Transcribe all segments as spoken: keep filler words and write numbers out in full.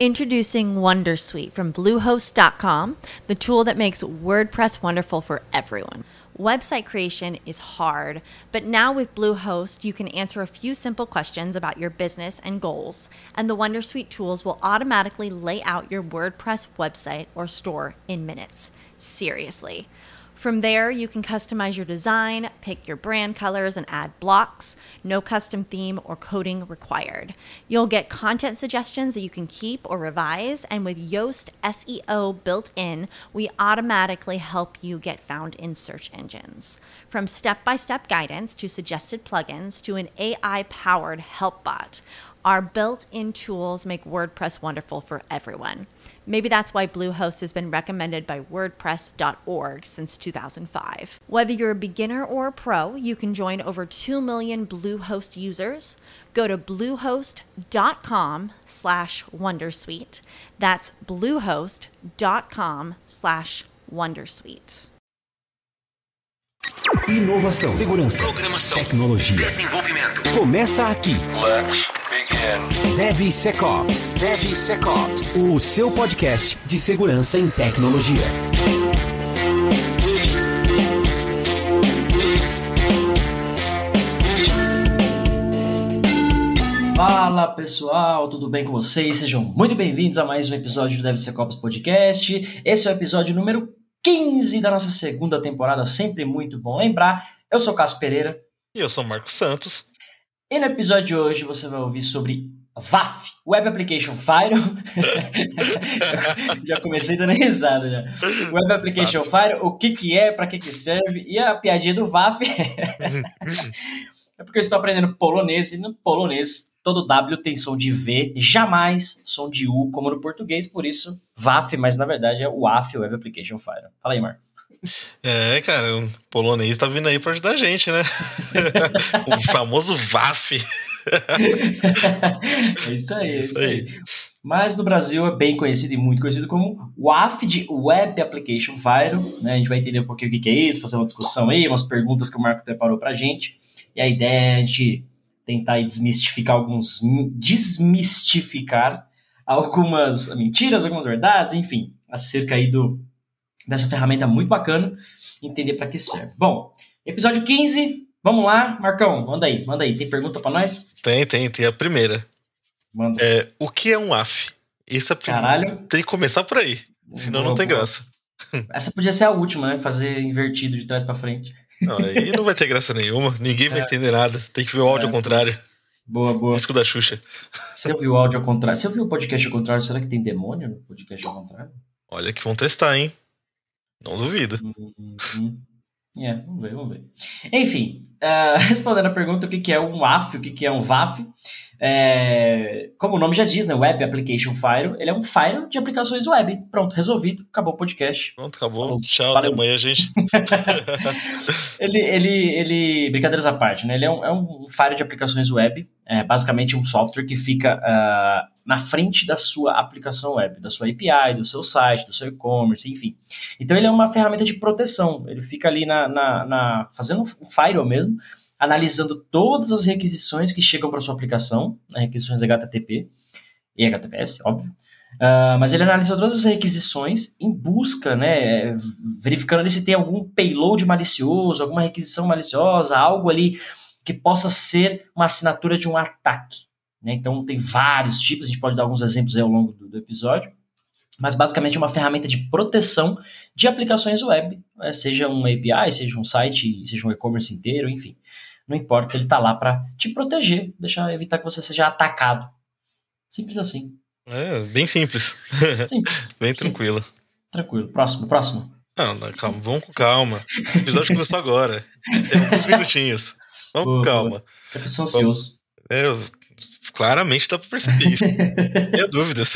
Introducing Wondersuite from Bluehost dot com, the tool that makes WordPress wonderful for everyone. Website creation is hard, but now with Bluehost, you can answer a few simple questions about your business and goals, and the Wondersuite tools will automatically lay out your WordPress website or store in minutes. Seriously. From there, you can customize your design, pick your brand colors, and add blocks. No custom theme or coding required. You'll get content suggestions that you can keep or revise, and with Yoast S E O built in, we automatically help you get found in search engines. From step-by-step guidance to suggested plugins to an A I-powered help bot, our built-in tools make WordPress wonderful for everyone. Maybe that's why Bluehost has been recommended by WordPress dot org since two thousand five. Whether you're a beginner or a pro, you can join over two million Bluehost users. Go to bluehost dot com slash wondersuite. That's bluehost dot com slash wondersuite. Inovação, segurança, programação, tecnologia, desenvolvimento. Começa aqui. Let's begin. DevSecOps. DevSecOps. O seu podcast de segurança em tecnologia. Fala pessoal, tudo bem com vocês? Sejam muito bem-vindos a mais um episódio do DevSecOps Podcast. Esse é o episódio número quinze da nossa segunda temporada, sempre muito bom lembrar. Eu sou Cássio Pereira. E eu sou Marcos Santos. E no episódio de hoje você vai ouvir sobre V A F, Web Application Firewall. Já comecei dando risada já. Web Application Firewall, o que que é, para que que serve, e a piadinha do V A F. É porque eu estou aprendendo polonês, e no polonês todo W tem som de V, jamais som de U, como no português, por isso V A F, mas na verdade é o W A F, Web Application Firewall. Fala aí, Marcos. É, cara, o polonês tá vindo aí pra ajudar a gente, né? O famoso V A F. É isso aí, é isso aí. Mas no Brasil é bem conhecido e muito conhecido como W A F de Web Application Firewall, né? A gente vai entender um pouquinho o que é isso, fazer uma discussão aí, umas perguntas que o Marco preparou pra gente. E a ideia é a gente tentar aí desmistificar alguns... desmistificar algumas mentiras, algumas verdades, enfim, acerca aí do, dessa ferramenta muito bacana, entender para que serve. Bom, episódio quinze, vamos lá, Marcão, manda aí, manda aí, tem pergunta para nós? Tem, tem, tem a primeira. Manda. É, o que é um W A F? Isso é Caralho. Tem que começar por aí, senão boa, não tem boa. graça. Essa podia ser a última, né, fazer invertido de trás para frente. Não, aí não vai ter graça nenhuma, ninguém vai é. entender nada, tem que ver o áudio é. ao contrário. Boa, boa. Disco da Xuxa. Você ouviu o áudio ao contrário? Você ouviu o podcast ao contrário? Será que tem demônio no podcast ao contrário? Olha que vão testar, hein? Não duvido. Uhum. É, vamos ver, vamos ver. Enfim, uh, respondendo a pergunta, o que, que é um W A F, o que, que é um V A F? É, como o nome já diz, né? Web Application Firewall, ele é um firewall de aplicações web. Pronto, resolvido, acabou o podcast. Pronto, acabou. Falou. Tchau, Valeu. até amanhã, gente. ele, ele, ele, brincadeiras à parte, né? Ele é um, é um firewall de aplicações web, é basicamente um software que fica uh, na frente da sua aplicação web, da sua A P I, do seu site, do seu e-commerce, enfim. Então ele é uma ferramenta de proteção, ele fica ali na, na, na fazendo um firewall mesmo, analisando todas as requisições que chegam para sua aplicação, né, requisições H T T P e H T T P S, óbvio, uh, mas ele analisa todas as requisições em busca, né, verificando ali se tem algum payload malicioso, alguma requisição maliciosa, algo ali que possa ser uma assinatura de um ataque. Né? Então tem vários tipos, a gente pode dar alguns exemplos aí ao longo do, do episódio, mas basicamente é uma ferramenta de proteção de aplicações web, né? Seja um A P I, seja um site, seja um e-commerce inteiro, enfim. Não importa, ele está lá para te proteger, deixar, evitar que você seja atacado. Simples assim. É, bem simples. Simples. Bem tranquilo. Simples. Tranquilo. Próximo, próximo. Não, não, calma, vamos com calma. O episódio começou agora. Tem alguns minutinhos. Vamos boa, com calma. Boa. Eu tô ansioso. É, eu, claramente dá para perceber isso. Não tenho dúvidas.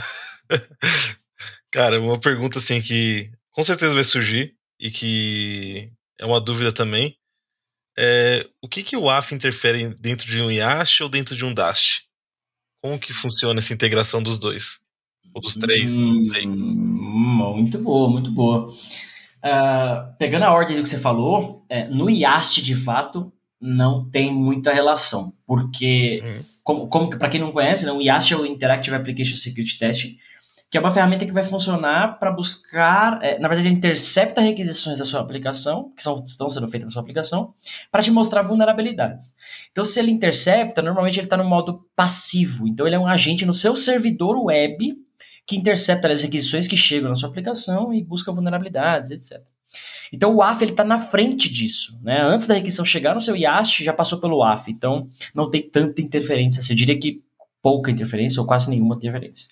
Cara, uma pergunta assim que com certeza vai surgir e que é uma dúvida também. É, o que, que o W A F interfere dentro de um Yoast ou dentro de um Dast? Como que funciona essa integração dos dois? Ou dos três? Hum, não sei. Muito boa, muito boa. Uh, pegando a ordem do que você falou, é, no Yoast, de fato, não tem muita relação, porque, Uhum. como, como para quem não conhece, né, o YAST é o Interactive Application Security Testing, que é uma ferramenta que vai funcionar para buscar, é, na verdade, ele intercepta requisições da sua aplicação, que são, estão sendo feitas na sua aplicação, para te mostrar vulnerabilidades. Então, se ele intercepta, normalmente ele está no modo passivo. Então, ele é um agente no seu servidor web que intercepta as requisições que chegam na sua aplicação e busca vulnerabilidades, etcétera. Então, o W A F está na frente disso. Né? Antes da requisição chegar no seu YAST, já passou pelo W A F. Então, não tem tanta interferência. Eu diria que pouca interferência ou quase nenhuma interferência.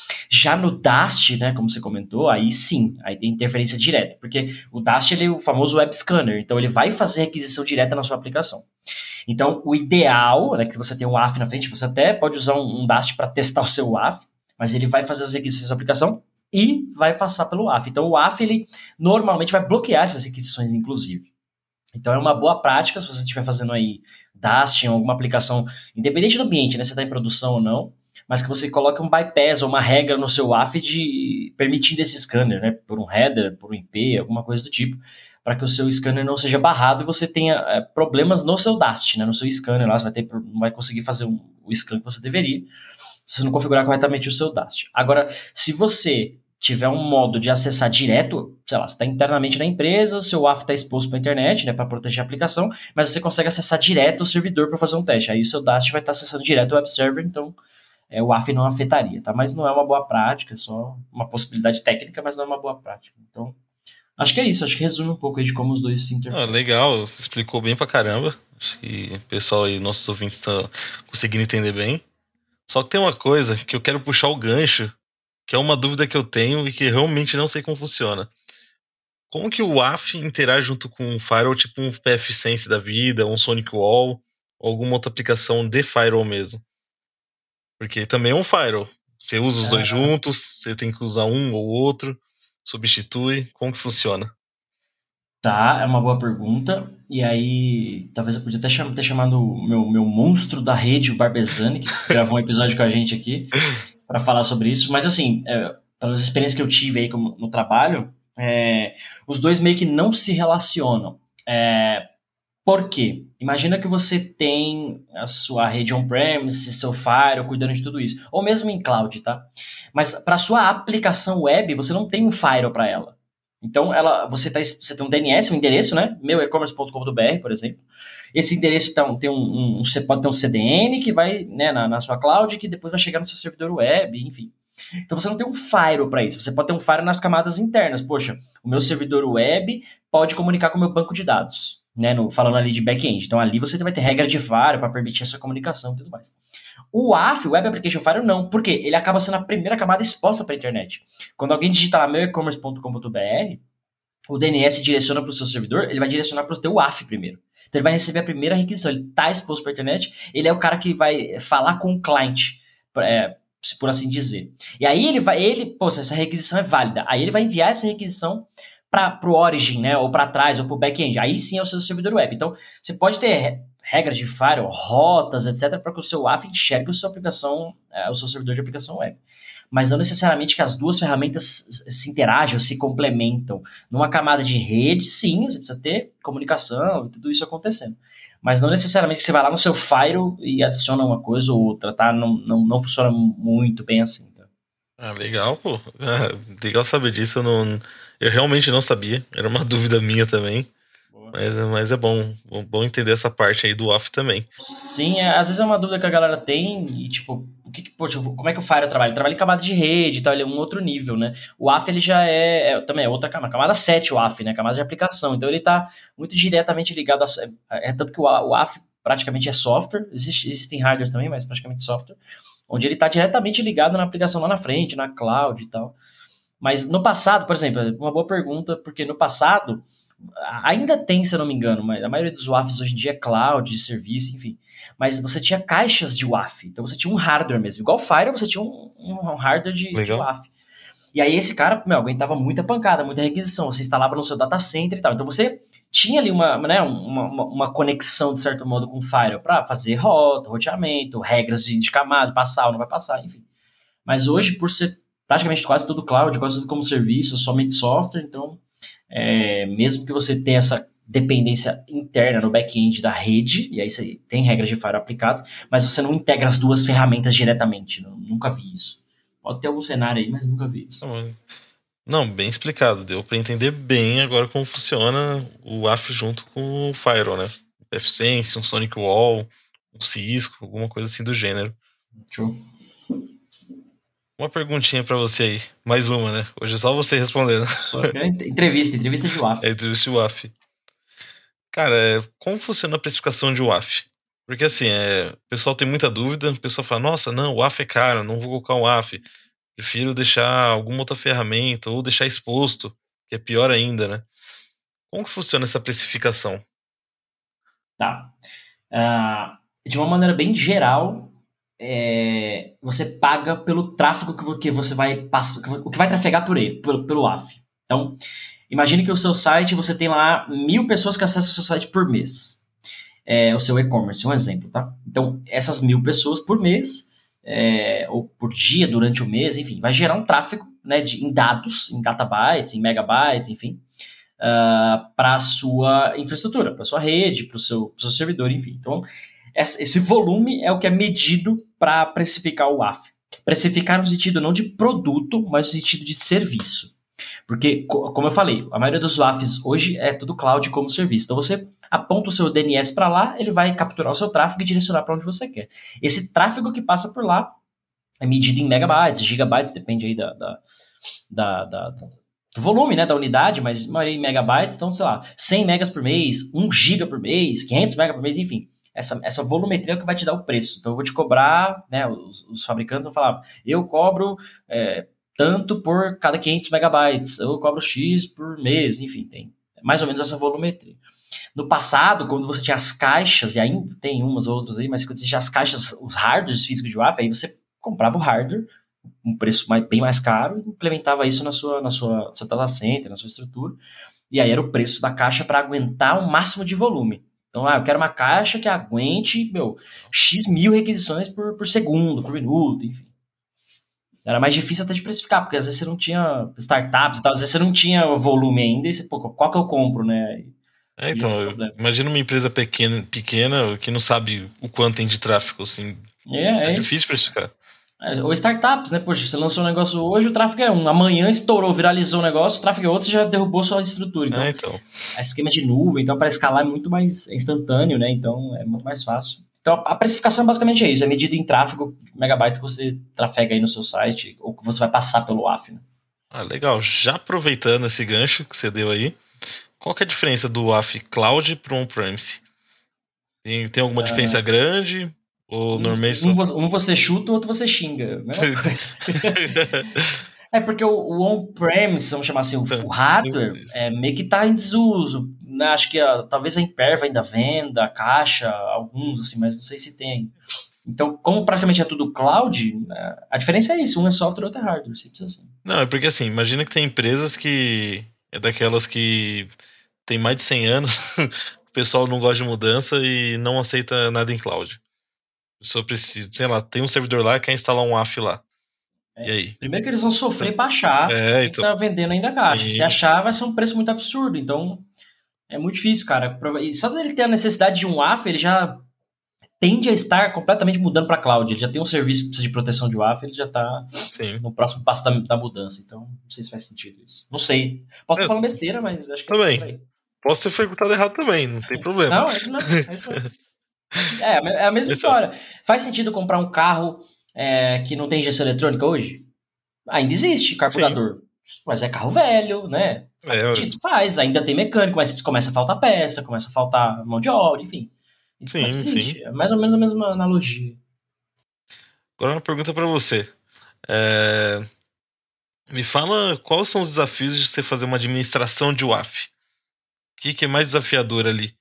Já no Dast, né, como você comentou, aí sim, aí tem interferência direta, porque o Dast ele é o famoso web scanner, então ele vai fazer requisição direta na sua aplicação. Então, o ideal, né, que você tenha um W A F na frente, você até pode usar um, um Dast para testar o seu W A F, mas ele vai fazer as requisições da sua aplicação e vai passar pelo W A F. Então, o W A F, ele normalmente vai bloquear essas requisições, inclusive. Então, é uma boa prática, se você estiver fazendo aí Dast em alguma aplicação, independente do ambiente, né, se está em produção ou não, mas que você coloque um bypass ou uma regra no seu W A F de permitindo esse scanner, né, por um header, por um I P, alguma coisa do tipo, para que o seu scanner não seja barrado e você tenha é, problemas no seu Dast, né, no seu scanner lá, você vai ter, não vai conseguir fazer um, o scan que você deveria, se você não configurar corretamente o seu Dast. Agora, se você tiver um modo de acessar direto, sei lá, você está internamente na empresa, seu W A F está exposto para a internet, né, para proteger a aplicação, mas você consegue acessar direto o servidor para fazer um teste, aí o seu Dast vai estar acessando direto o web server, então É, o W A F não afetaria, tá? Mas não é uma boa prática, é só uma possibilidade técnica, mas não é uma boa prática. Então, acho que é isso, acho que resume um pouco aí de como os dois se interferem. Ah, legal, você explicou bem pra caramba. Acho que o pessoal aí, nossos ouvintes, estão conseguindo entender bem. Só que tem uma coisa que eu quero puxar o gancho, que é uma dúvida que eu tenho e que realmente não sei como funciona. Como que o W A F interage junto com um firewall, tipo um pfSense da vida, um SonicWall, ou alguma outra aplicação de firewall mesmo? Porque também é um firewall. Você usa os dois juntos, você tem que usar um ou outro, substitui. Como que funciona? Tá, é uma boa pergunta. E aí, talvez eu podia até cham- ter chamado o meu, meu monstro da rede, o Barbezani, que gravou um episódio com a gente aqui, para falar sobre isso. Mas assim, é, pelas experiências que eu tive aí como- no trabalho, é, os dois meio que não se relacionam. É, Por quê? Imagina que você tem a sua rede on-premise, seu firewall, cuidando de tudo isso. Ou mesmo em cloud, tá? Mas para sua aplicação web, você não tem um firewall para ela. Então, ela, você, tá, você tem um D N S, um endereço, né? meu e commerce ponto com ponto b r, por exemplo. Esse endereço tá, tem um, um, você pode ter um C D N que vai né, na, na sua cloud, que depois vai chegar no seu servidor web, enfim. Então, você não tem um firewall para isso. Você pode ter um firewall nas camadas internas. Poxa, o meu servidor web pode comunicar com o meu banco de dados. Né, no, falando ali de back-end. Então, ali você vai ter regras de firewall para permitir essa comunicação e tudo mais. O W A F, o Web Application Firewall, não. Por quê? Ele acaba sendo a primeira camada exposta para a internet. Quando alguém digita lá meu e commerce ponto com ponto b r, o D N S direciona para o seu servidor, ele vai direcionar para o teu W A F primeiro. Então, ele vai receber a primeira requisição. Ele está exposto para a internet, ele é o cara que vai falar com o cliente, é, por assim dizer. E aí, ele vai, ele, pô, essa requisição é válida. Aí, ele vai enviar essa requisição para o origin, né, ou para trás, ou para o back-end. Aí sim é o seu servidor web. Então, você pode ter regras de firewall, rotas, etcétera, para que o seu W A F enxergue a sua aplicação, é, o seu servidor de aplicação web. Mas não necessariamente que as duas ferramentas se interagem ou se complementam. Numa camada de rede, sim, você precisa ter comunicação e tudo isso acontecendo. Mas não necessariamente que você vai lá no seu firewall e adiciona uma coisa ou outra, tá? Não, não, não funciona muito bem assim. Tá? Ah, legal, pô. Ah, legal saber disso. Eu, não, eu realmente não sabia. Era uma dúvida minha também. Mas, mas é bom, bom entender essa parte aí do W A F também. Sim, é, às vezes é uma dúvida que a galera tem e, tipo, o que, poxa, como é que o Firewall trabalha? Ele trabalha em camada de rede e tal, ele é um outro nível, né? O W A F, ele já é, é também é outra camada, camada sete o W A F, né? Camada de aplicação. Então, ele tá muito diretamente ligado a... É, é tanto que o, o W A F praticamente é software, existe, existem hardwares também, mas praticamente software, onde ele tá diretamente ligado na aplicação lá na frente, na cloud e tal. Mas no passado, por exemplo, uma boa pergunta, porque no passado... Ainda tem, se eu não me engano, mas a maioria dos W A Fs hoje em dia é cloud, de serviço, enfim. Mas você tinha caixas de W A F. Então você tinha um hardware mesmo. Igual o Fire, você tinha um, um hardware de, de W A F. E aí esse cara, meu, aguentava muita pancada, muita requisição. Você instalava no seu data center e tal. Então você tinha ali uma, né, uma, uma, uma conexão, de certo modo, com o Fire para fazer rota, roteamento, regras de, de camada, passar ou não vai passar, enfim. Mas hoje, por ser praticamente quase tudo cloud, quase tudo como serviço, somente software, então... É, mesmo que você tenha essa dependência interna no back-end da rede, e aí você tem regras de firewall aplicadas, mas você não integra as duas ferramentas diretamente. Não, nunca vi isso. Pode ter algum cenário aí, mas nunca vi isso. Não, bem explicado. Deu para entender bem agora como funciona o W A F junto com o firewall, né? Um pfSense, um Sonic Wall, um Cisco, alguma coisa assim do gênero. Show. Uma perguntinha para você aí. Mais uma, né? Hoje é só você respondendo. Só que é entrevista, entrevista de W A F. É entrevista de W A F. Cara, é, como funciona a precificação de W A F? Porque assim, é, o pessoal tem muita dúvida, o pessoal fala, nossa, não, o W A F é caro, não vou colocar o W A F. Prefiro deixar alguma outra ferramenta ou deixar exposto, que é pior ainda, né? Como que funciona essa precificação? Tá. Uh, de uma maneira bem geral, é, você paga pelo tráfego que, que você vai passar, o que vai trafegar por ele, pelo, pelo W A F. Então, imagine que o seu site, você tem lá mil pessoas que acessam o seu site por mês. É, o seu e-commerce, um exemplo, tá? Então, essas mil pessoas por mês, é, ou por dia, durante o mês, enfim, vai gerar um tráfego, né, de, em dados, em databytes, em megabytes, enfim, uh, para a sua infraestrutura, para a sua rede, para o seu, pro seu servidor, enfim. Então, esse volume é o que é medido para precificar o W A F. Precificar no sentido não de produto, mas no sentido de serviço. Porque, como eu falei, a maioria dos W A Fs hoje é tudo cloud como serviço. Então, você aponta o seu D N S para lá, ele vai capturar o seu tráfego e direcionar para onde você quer. Esse tráfego que passa por lá é medido em megabytes, gigabytes, depende aí da, da, da, da, do volume, né, da unidade, mas a maioria em megabytes, então, sei lá, cem megas por mês, um giga por mês, quinhentos megas por mês, enfim. Essa, essa volumetria é o que vai te dar o preço. Então, eu vou te cobrar, né, os, os fabricantes vão falar, eu cobro... É, tanto por cada quinhentos megabytes, eu cobro X por mês, enfim, tem mais ou menos essa volumetria. No passado, quando você tinha as caixas, e ainda tem umas outras aí, mas quando você tinha as caixas, os hardwares físicos de W A F, aí você comprava o hardware, um preço mais, bem mais caro, e implementava isso na sua, na sua, no seu data center, na sua estrutura, e aí era o preço da caixa para aguentar o máximo de volume. Então, ah, eu quero uma caixa que aguente, meu, X mil requisições por, por segundo, por minuto, enfim. Era mais difícil até de precificar, porque às vezes você não tinha startups e tal, às vezes você não tinha volume ainda, e você, pô, qual que eu compro, né? É, então, é imagina uma empresa pequena, pequena que não sabe o quanto tem de tráfego, assim, é, é, é difícil precificar. É, ou startups, né? Poxa, você lançou um negócio hoje, o tráfego é um, amanhã estourou, viralizou o negócio, o tráfego é outro, você já derrubou sua estrutura. Então, é, então. É esquema de nuvem, então para escalar é muito mais instantâneo, né? Então é muito mais fácil. Então, a precificação basicamente é isso, é medida em tráfego, megabytes que você trafega aí no seu site, ou que você vai passar pelo W A F, né? Ah, legal. Já aproveitando esse gancho que você deu aí, qual que é a diferença do W A F Cloud para um on-premise? Tem, tem alguma diferença uh, grande? Ou um, normalmente um, só... um você chuta, o outro você xinga. Mesma coisa. É porque o, o on-premise, vamos chamar assim, o, o hardware, é, meio que está em desuso. Né? Acho que a, talvez a Imperva ainda venda, a Caixa, alguns, assim, mas não sei se tem. Então, como praticamente é tudo cloud, né, a diferença é isso, um é software, outro é hardware, simples assim. Não, é porque assim, imagina que tem empresas que é daquelas que tem mais de cem anos, o pessoal não gosta de mudança e não aceita nada em cloud. A pessoa precisa, sei lá, tem um servidor lá e quer instalar um W A F lá. É, e aí? Primeiro que eles vão sofrer para achar é, quem então, tá vendendo ainda a caixa. sim. Se achar, vai ser um preço muito absurdo. Então, é muito difícil, cara. E só dele ter a necessidade de um W A F, ele já tende a estar completamente mudando para cloud. Ele já tem um serviço que precisa de proteção de W A F, ele já está no próximo passo da, da mudança. Então, não sei se faz sentido isso. Não sei. Posso estar é, falando besteira, mas acho que também. é por aí. Posso ser perguntado errado também, não tem problema. Não, é isso mesmo. É, isso mesmo. é, é a mesma história. Faz sentido comprar um carro é, que não tem injeção eletrônica hoje? Ainda existe carburador. Sim. Mas é carro velho, né? Faz é, sentido? Faz. Ainda tem mecânico, mas começa a faltar peça, começa a faltar mão de obra, enfim. Isso sim, sim. É mais ou menos a mesma analogia. Agora uma pergunta para você. É... Me fala quais são os desafios de você fazer uma administração de W A F? O que, que é mais desafiador ali?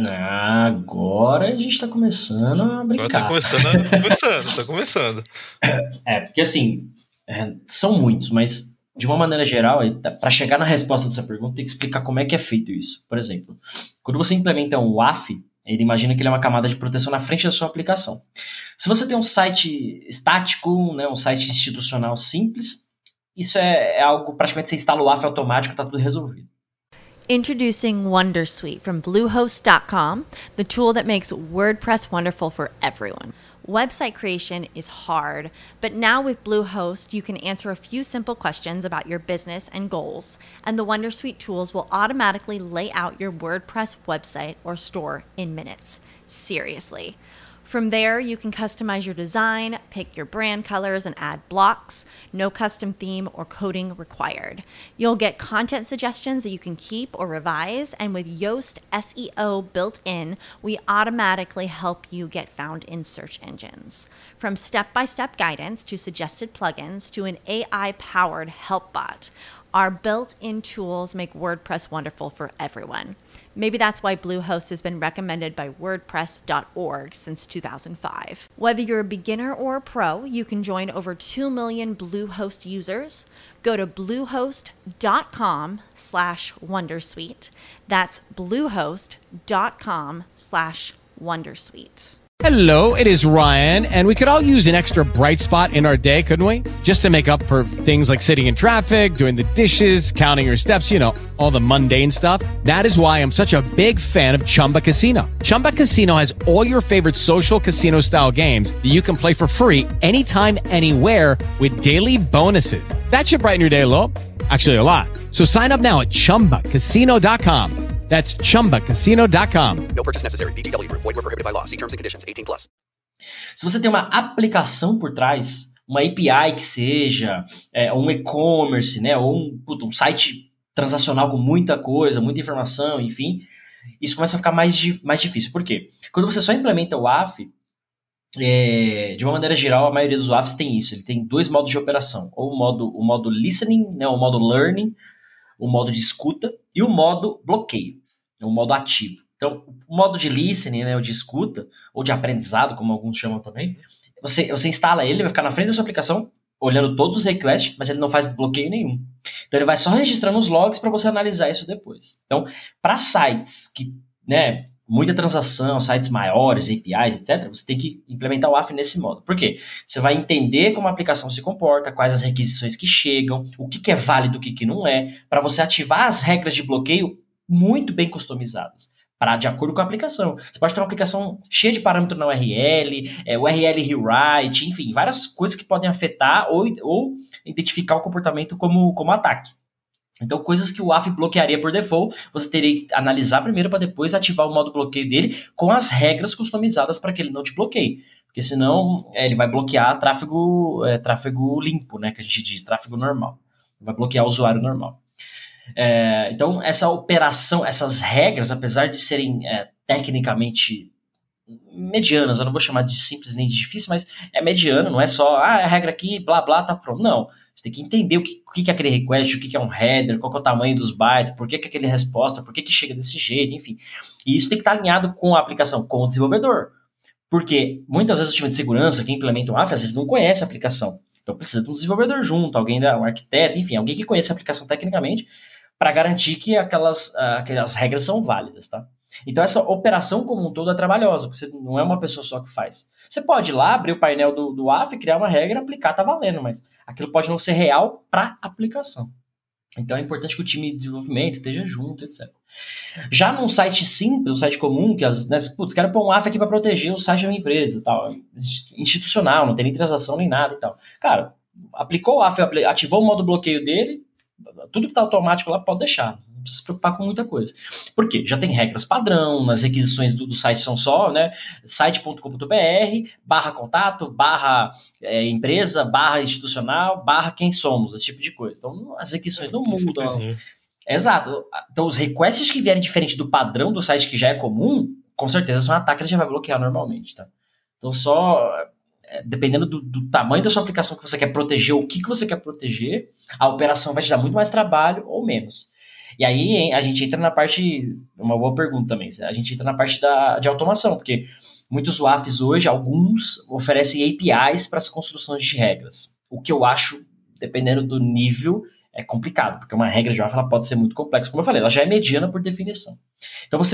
Agora a gente tá começando a brincar. Agora tá começando, a... tá começando, tá começando. É, porque assim, é, são muitos, mas de uma maneira geral, para chegar na resposta dessa pergunta, tem que explicar como é que é feito isso. Por exemplo, quando você implementa um W A F, ele imagina que ele é uma camada de proteção na frente da sua aplicação. Se você tem um site estático, né, um site institucional simples, isso é, é algo praticamente você instala o W A F automático e está tudo resolvido. Introducing Wondersuite from Bluehost dot com, the tool that makes WordPress wonderful for everyone. Website creation is hard, but now with Bluehost, you can answer a few simple questions about your business and goals, and the Wondersuite tools will automatically lay out your WordPress website or store in minutes. Seriously. From there, you can customize your design, pick your brand colors, and add blocks. No custom theme or coding required. You'll get content suggestions that you can keep or revise, and with Yoast S E O built in, we automatically help you get found in search engines. From step-by-step guidance to suggested plugins to an A I-powered help bot, our built-in tools make WordPress wonderful for everyone. Maybe that's why Bluehost has been recommended by WordPress dot org since two thousand five. Whether you're a beginner or a pro, you can join over two million Bluehost users. Go to bluehost.com slash Wondersuite. That's bluehost.com slash Wondersuite. Hello, it is Ryan, and we could all use an extra bright spot in our day, couldn't we? Just to make up for things like sitting in traffic, doing the dishes, counting your steps, you know, all the mundane stuff. That is why I'm such a big fan of Chumba Casino. Chumba Casino has all your favorite social casino-style games that you can play for free anytime, anywhere with daily bonuses. That should brighten your day a little. Actually, a lot. So sign up now at chumba casino dot com. That's chumba casino dot com. No purchase necessary. V G W Group. Void where prohibited by law. See terms and conditions. eighteen plus. Se você tem uma aplicação por trás, uma A P I que seja, é, um e-commerce, né, ou um, puta, um site transacional com muita coisa, muita informação, enfim, isso começa a ficar mais, mais difícil. Por quê? Quando você só implementa o A F, é, de uma maneira geral, a maioria dos A Fs tem isso. Ele tem dois modos de operação. Ou o modo, o modo listening, né, o modo learning, o modo de escuta e o modo bloqueio. É um modo ativo. Então, o modo de listening, né, ou de escuta, ou de aprendizado, como alguns chamam também, você, você instala ele, vai ficar na frente da sua aplicação, olhando todos os requests, mas ele não faz bloqueio nenhum. Então, ele vai só registrando os logs para você analisar isso depois. Então, para sites que, né, muita transação, sites maiores, A P Is, etcétera, você tem que implementar o A F nesse modo. Por quê? Você vai entender como a aplicação se comporta, quais as requisições que chegam, o que, que é válido e o que, que não é, para você ativar as regras de bloqueio muito bem customizadas, para de acordo com a aplicação. Você pode ter uma aplicação cheia de parâmetros na U R L, é, U R L rewrite, enfim, várias coisas que podem afetar ou, ou identificar o comportamento como, como ataque. Então, coisas que o A F bloquearia por default, você teria que analisar primeiro para depois ativar o modo bloqueio dele com as regras customizadas para que ele não te bloqueie. Porque senão é, ele vai bloquear tráfego, é, tráfego limpo, né, que a gente diz, tráfego normal. Vai bloquear o usuário normal. É, então, essa operação, essas regras, apesar de serem é, tecnicamente medianas, eu não vou chamar de simples nem de difícil, mas é mediano, não é só, ah, a regra aqui, blá, blá, tá pronto. Não, você tem que entender o que, o que é aquele request, o que é um header, qual que é o tamanho dos bytes, por que é aquele resposta, por que que chega desse jeito, enfim. E isso tem que estar alinhado com a aplicação, com o desenvolvedor. Porque muitas vezes o time de segurança, quem implementa um A F, às vezes não conhece a aplicação. Então precisa de um desenvolvedor junto, alguém, da, um arquiteto, enfim, alguém que conheça a aplicação tecnicamente, para garantir que aquelas, uh, aquelas regras são válidas, tá? Então essa operação como um todo é trabalhosa, porque você não é uma pessoa só que faz. Você pode ir lá, abrir o painel do, do A F, criar uma regra, aplicar, tá valendo, mas aquilo pode não ser real para aplicação. Então é importante que o time de desenvolvimento esteja junto, etcétera. Já num site simples, um site comum, que as, né, putz, quero pôr um A F aqui para proteger o site da minha empresa, tal, institucional, não tem nem transação nem nada e tal. Cara, aplicou o A F, ativou o modo bloqueio dele, tudo que está automático lá pode deixar, não precisa se preocupar com muita coisa. Por quê? Já tem regras padrão, nas requisições do, do site são só, né, site ponto com ponto b r, barra contato, barra é, empresa, barra institucional, barra quem somos, esse tipo de coisa. Então as requisições não mudam. Exato. Então os requests que vierem diferente do padrão do site que já é comum, com certeza são ataques que já vai bloquear normalmente, tá? Então só... dependendo do, do tamanho da sua aplicação que você quer proteger, o que, que você quer proteger, a operação vai te dar muito mais trabalho ou menos. E aí hein, a gente entra na parte, uma boa pergunta também, a gente entra na parte da, de automação, porque muitos U A Fs hoje, alguns oferecem A P Is para as construções de regras, o que eu acho, dependendo do nível, é complicado, porque uma regra de U A F ela pode ser muito complexa, como eu falei, ela já é mediana por definição. Então você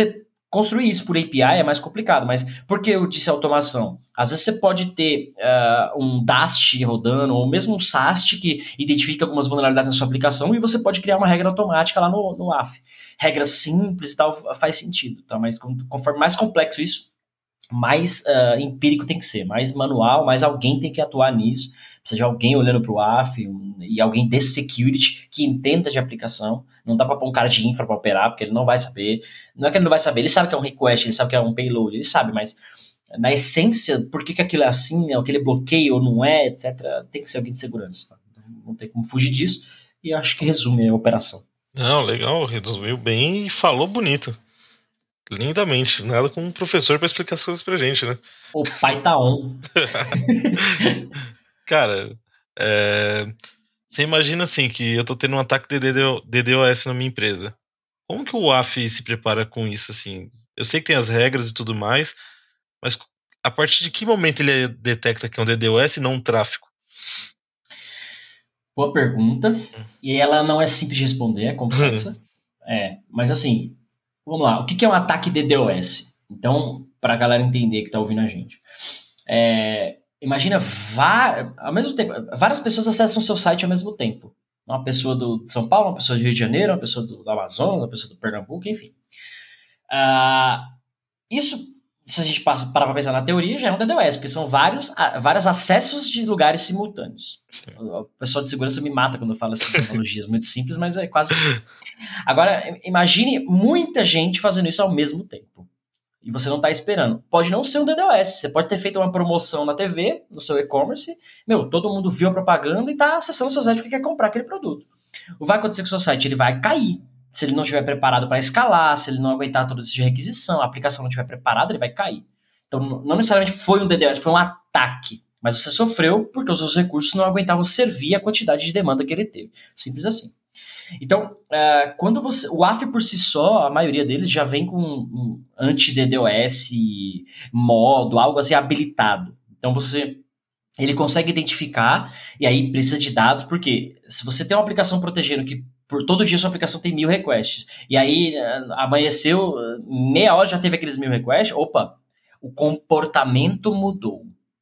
construir isso por A P I é mais complicado, mas por que eu disse automação? Às vezes você pode ter uh, um Dast rodando, ou mesmo um SAST que identifica algumas vulnerabilidades na sua aplicação e você pode criar uma regra automática lá no, no W A F. Regras simples e tal, faz sentido, tá? Mas conforme mais complexo isso, mais uh, empírico tem que ser, mais manual, mais alguém tem que atuar nisso. Precisa de alguém olhando para o W A F um, e alguém desse security que entenda de aplicação. Não dá para pôr um cara de infra para operar, porque ele não vai saber. Não é que ele não vai saber, ele sabe que é um request, ele sabe que é um payload, ele sabe, mas na essência, por que, que aquilo é assim, aquele bloqueio ou não é, etcétera, tem que ser alguém de segurança. Tá? Não tem como fugir disso, e acho que resume a operação. Não, legal, resumiu bem e falou bonito. Lindamente, nada como um professor para explicar as coisas pra gente, né? O pai tá on. Cara, é... você imagina assim que eu tô tendo um ataque de D DoS na minha empresa. Como que o W A F se prepara com isso, assim? Eu sei que tem as regras e tudo mais, mas a partir de que momento ele detecta que é um D DoS e não um tráfego? Boa pergunta. E ela não é simples de responder, é complexa. é, mas assim, vamos lá. O que é um ataque D DoS? Então, para a galera entender que tá ouvindo a gente. É, imagina, vá, ao mesmo tempo, várias pessoas acessam o seu site ao mesmo tempo. Uma pessoa do, de São Paulo, uma pessoa do Rio de Janeiro, uma pessoa do, do Amazonas, uma pessoa do Pernambuco, enfim. Uh, isso, se a gente passa, parar para pensar na teoria, já é um D DoS, porque são vários, vários acessos de lugares simultâneos. O pessoal de segurança me mata quando eu falo essas tecnologias muito simples, mas é quase isso. Agora, imagine muita gente fazendo isso ao mesmo tempo. E você não está esperando. Pode não ser um D DoS. Você pode ter feito uma promoção na T V, no seu e-commerce. Meu, todo mundo viu a propaganda e está acessando o seu site porque quer comprar aquele produto. O que vai acontecer com o seu site? Ele vai cair. Se ele não estiver preparado para escalar, se ele não aguentar todo esse de requisição, a aplicação não estiver preparada, ele vai cair. Então, não necessariamente foi um D DoS, foi um ataque. Mas você sofreu porque os seus recursos não aguentavam servir a quantidade de demanda que ele teve. Simples assim. Então, uh, quando você, o W A F por si só, a maioria deles já vem com um anti-D DoS modo, algo assim habilitado. Então, você, ele consegue identificar e aí precisa de dados, porque se você tem uma aplicação protegendo que por todo dia sua aplicação tem mil requests, e aí uh, amanheceu, meia hora já teve aqueles mil requests, opa, o comportamento mudou.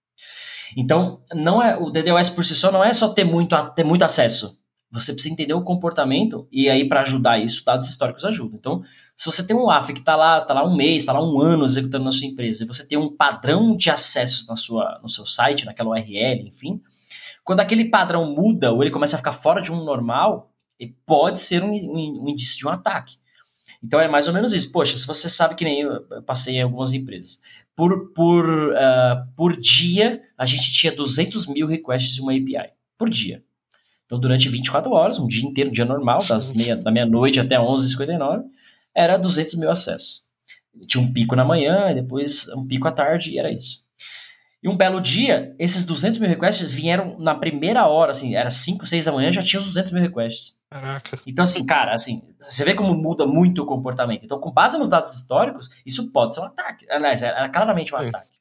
Então, não é, o D DoS por si só não é só ter muito, ter muito acesso. Você precisa entender o comportamento e aí para ajudar isso, dados históricos ajudam. Então, se você tem um W A F que está lá, tá lá um mês, está lá um ano executando na sua empresa e você tem um padrão de acessos na sua, no seu site, naquela U R L, enfim, quando aquele padrão muda ou ele começa a ficar fora de um normal, pode ser um, um, um indício de um ataque. Então, é mais ou menos isso. Poxa, se você sabe que nem eu, eu passei em algumas empresas, por, por, uh, por dia, a gente tinha duzentos mil requests de uma A P I. Por dia. Então, durante vinte e quatro horas, um dia inteiro, um dia normal, das meia, da meia-noite até onze e cinquenta e nove, era duzentos mil acessos. Tinha um pico na manhã, e depois um pico à tarde, e era isso. E um belo dia, esses duzentos mil requests vieram na primeira hora, assim, era cinco, seis da manhã, já tinha os duzentos mil requests. Caraca. Então, assim, cara, assim, você vê como muda muito o comportamento. Então, com base nos dados históricos, isso pode ser um ataque. Aliás, era claramente um Sim. ataque.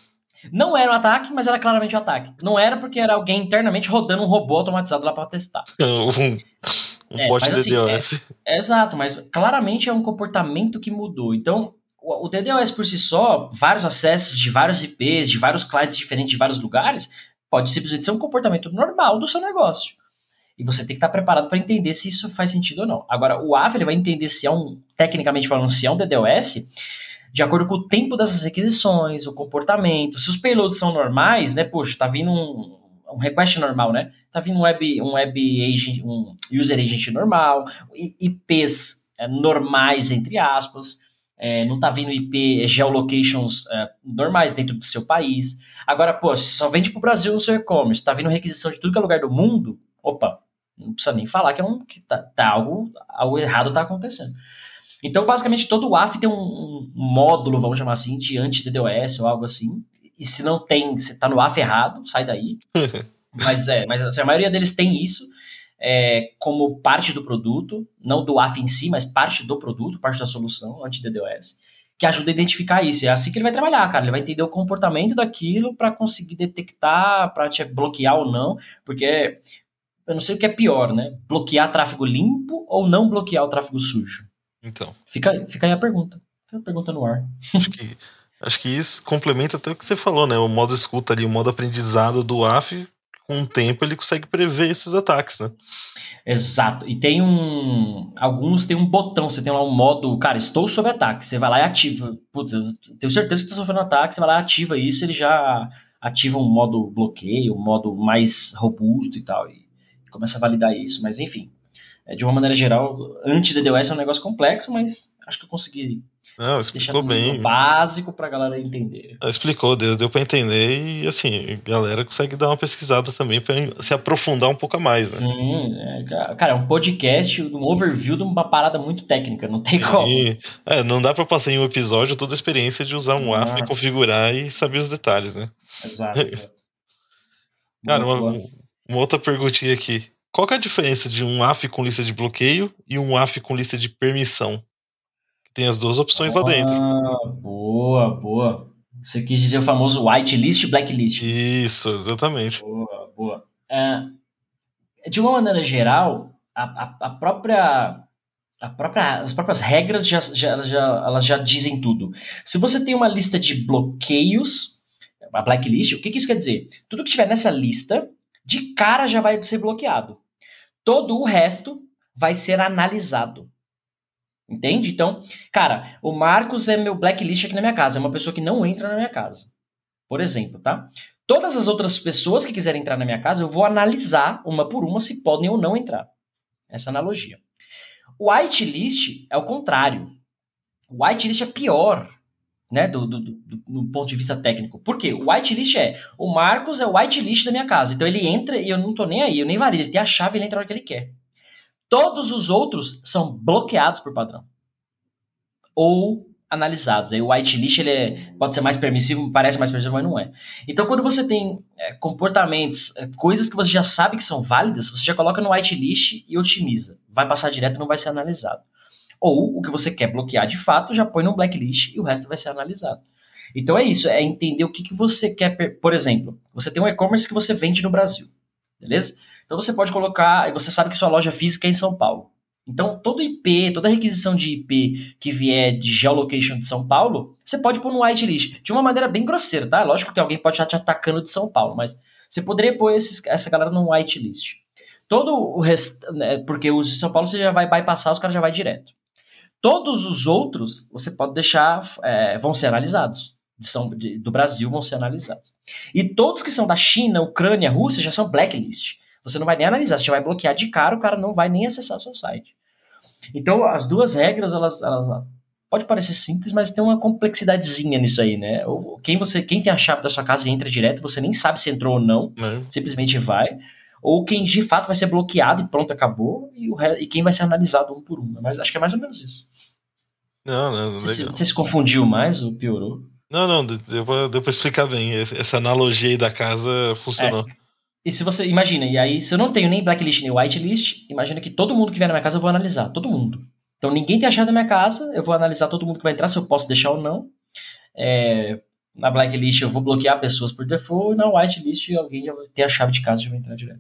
Não era um ataque, mas era claramente um ataque. Não era porque era alguém internamente rodando um robô automatizado lá para testar. um um é, bot mas, D DoS. Assim, é, é, exato, mas claramente é um comportamento que mudou. Então, o, o D DoS por si só, vários acessos de vários I Ps, de vários clientes diferentes de vários lugares, pode simplesmente ser um comportamento normal do seu negócio. E você tem que estar preparado para entender se isso faz sentido ou não. Agora, o W A F ele vai entender se é um, tecnicamente falando, se é um D DoS, de acordo com o tempo dessas requisições, o comportamento. Se os payloads são normais, né? Poxa, tá vindo um, um request normal, né? Tá vindo um web, um web agent, um user agent normal, I Ps é, normais, entre aspas. É, não tá vindo I P geolocations é, normais dentro do seu país. Agora, pô, se só vende pro Brasil no seu e-commerce, tá vindo requisição de tudo que é lugar do mundo, opa, não precisa nem falar que, é um, que tá, tá algo, algo errado tá acontecendo. Então, basicamente, todo o W A F tem um, um módulo, vamos chamar assim, de anti-D DoS ou algo assim. E se não tem, você tá no W A F errado, sai daí. mas é, mas assim, a maioria deles tem isso é, como parte do produto, não do W A F em si, mas parte do produto, parte da solução anti-D DoS, que ajuda a identificar isso. É assim que ele vai trabalhar, cara. Ele vai entender o comportamento daquilo para conseguir detectar, para te bloquear ou não, porque eu não sei o que é pior, né? Bloquear tráfego limpo ou não bloquear o tráfego sujo? Então. Fica, fica aí a pergunta. Pergunta no ar. Acho que, acho que isso complementa até o que você falou, né? O modo escuta ali, o modo aprendizado do A F, com o tempo ele consegue prever esses ataques, né? Exato. E tem um... Alguns tem um botão, você tem lá um modo... Cara, estou sob ataque. Você vai lá e ativa. Putz, eu tenho certeza que estou sofrendo ataque. Você vai lá e ativa isso, ele já ativa um modo bloqueio, um modo mais robusto e tal. E começa a validar isso. Mas, enfim. De uma maneira geral, anti-D DDoS é um negócio complexo, mas acho que eu consegui Não, deixar explicou no bem. nível básico pra galera entender. Explicou, deu, deu pra entender e assim, a galera consegue dar uma pesquisada também pra se aprofundar um pouco a mais, né? Sim, é, cara, é um podcast, um overview de uma parada muito técnica, não tem como. E, é, não dá pra passar em um episódio toda a experiência de usar um A F e Ah. configurar e saber os detalhes, né? Exato, exato. Cara, Boa, uma, boa. uma outra perguntinha aqui. Qual que é a diferença de um A F com lista de bloqueio e um A F com lista de permissão? Tem as duas opções lá dentro. Ah, boa, boa. Você quis dizer o famoso whitelist e blacklist. Isso, exatamente. Boa, boa. É, de uma maneira geral, a, a, a própria, a própria, as próprias regras já, já, já, elas já dizem tudo. Se você tem uma lista de bloqueios, a blacklist, o que, que isso quer dizer? Tudo que tiver nessa lista, de cara já vai ser bloqueado. Todo o resto vai ser analisado. Entende? Então, cara, o Marcos é meu blacklist aqui na minha casa. É uma pessoa que não entra na minha casa. Por exemplo, tá? Todas as outras pessoas que quiserem entrar na minha casa, eu vou analisar uma por uma se podem ou não entrar. Essa analogia. O whitelist é o contrário. O whitelist é pior, né? Do, do, do, do ponto de vista técnico. Por quê? O whitelist é... O Marcos é o whitelist da minha casa. Então ele entra e eu não tô nem aí. Eu nem valido. Ele tem a chave e ele entra na hora que ele quer. Todos os outros são bloqueados por padrão. Ou analisados. Aí o whitelist ele é, pode ser mais permissivo, parece mais permissivo, mas não é. Então quando você tem é, comportamentos, é, coisas que você já sabe que são válidas, você já coloca no whitelist e otimiza. Vai passar direto e não vai ser analisado. Ou o que você quer bloquear de fato, já põe no blacklist e o resto vai ser analisado. Então é isso, é entender o que, que você quer. Por exemplo, você tem um e-commerce que você vende no Brasil. Beleza? Então você pode colocar, e você sabe que sua loja física é em São Paulo. Então todo I P, toda requisição de I P que vier de geolocation de São Paulo, você pode pôr no whitelist. De uma maneira bem grosseira, tá? Lógico que alguém pode estar te atacando de São Paulo, mas você poderia pôr esses, essa galera no whitelist. Todo o resto, né, porque os de São Paulo você já vai bypassar, os caras já vai direto. Todos os outros você pode deixar, é, vão ser analisados. De São, de, do Brasil vão ser analisados. E todos que são da China, Ucrânia, Rússia já são blacklist. Você não vai nem analisar, você vai bloquear de cara, o cara não vai nem acessar o seu site. Então, as duas regras, elas, elas pode parecer simples, mas tem uma complexidadezinha nisso aí, né? Quem, você, quem tem a chave da sua casa e entra direto, você nem sabe se entrou ou não, É. simplesmente vai. Ou quem de fato vai ser bloqueado e pronto, acabou, e, o re... e quem vai ser analisado um por um. Mas acho que é mais ou menos isso. Não, não, Você, legal. você se confundiu mais ou piorou? Não, não, deu pra, deu pra explicar bem. Essa analogia aí da casa funcionou. É. E se você, imagina, e aí se eu não tenho nem blacklist nem whitelist, imagina que todo mundo que vier na minha casa eu vou analisar, todo mundo. Então ninguém tem a chave da minha casa, eu vou analisar todo mundo que vai entrar, se eu posso deixar ou não. É, na blacklist eu vou bloquear pessoas por default, e na whitelist alguém já vai ter a chave de casa e já vai entrar direto.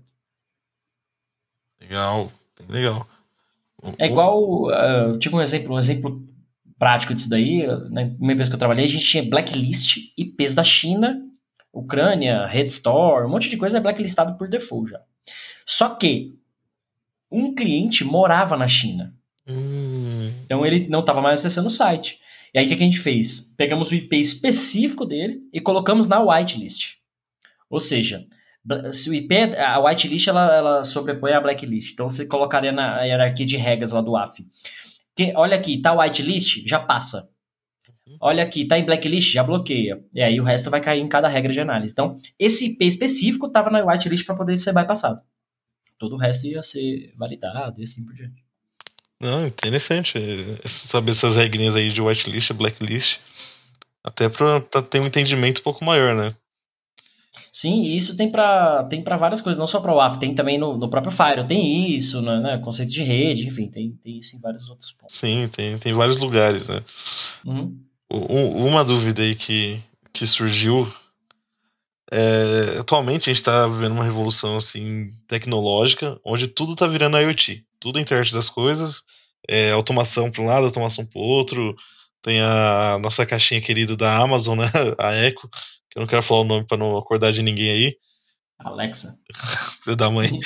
Legal, legal. É igual, uh, eu tive um exemplo, um exemplo prático disso daí, na primeira vez que eu trabalhei, a gente tinha blacklist I Ps da China, Ucrânia, Red Store, um monte de coisa é blacklistado por default já. Só que um cliente morava na China. Hum. Então ele não estava mais acessando o site. E aí o que, que a gente fez? Pegamos o I P específico dele e colocamos na whitelist. Ou seja, se o I P, a whitelist ela, ela sobrepõe a blacklist. Então você colocaria na hierarquia de regras lá do A F. Que, olha aqui, tá whitelist, já passa. Olha aqui, tá em blacklist, já bloqueia. E aí o resto vai cair em cada regra de análise. Então, esse I P específico estava na whitelist para poder ser bypassado. Todo o resto ia ser validado e assim por diante. Não, interessante saber essas regrinhas aí de whitelist, blacklist. Até para ter um entendimento um pouco maior, né? Sim, e isso tem para tem para várias coisas, não só para o A F, tem também no, no próprio Firewall, tem isso, né, né, conceito de rede, enfim, tem, tem isso em vários outros pontos. Sim, tem, tem vários lugares, né? Uhum. Um, uma dúvida aí que, que surgiu é, atualmente a gente está vivendo uma revolução assim, tecnológica, onde tudo está virando IoT, tudo é internet das coisas, é, automação para um lado, automação para o outro, tem a nossa caixinha querida da Amazon, né? A Echo, que eu não quero falar o nome pra não acordar de ninguém aí. Alexa. Filho da mãe.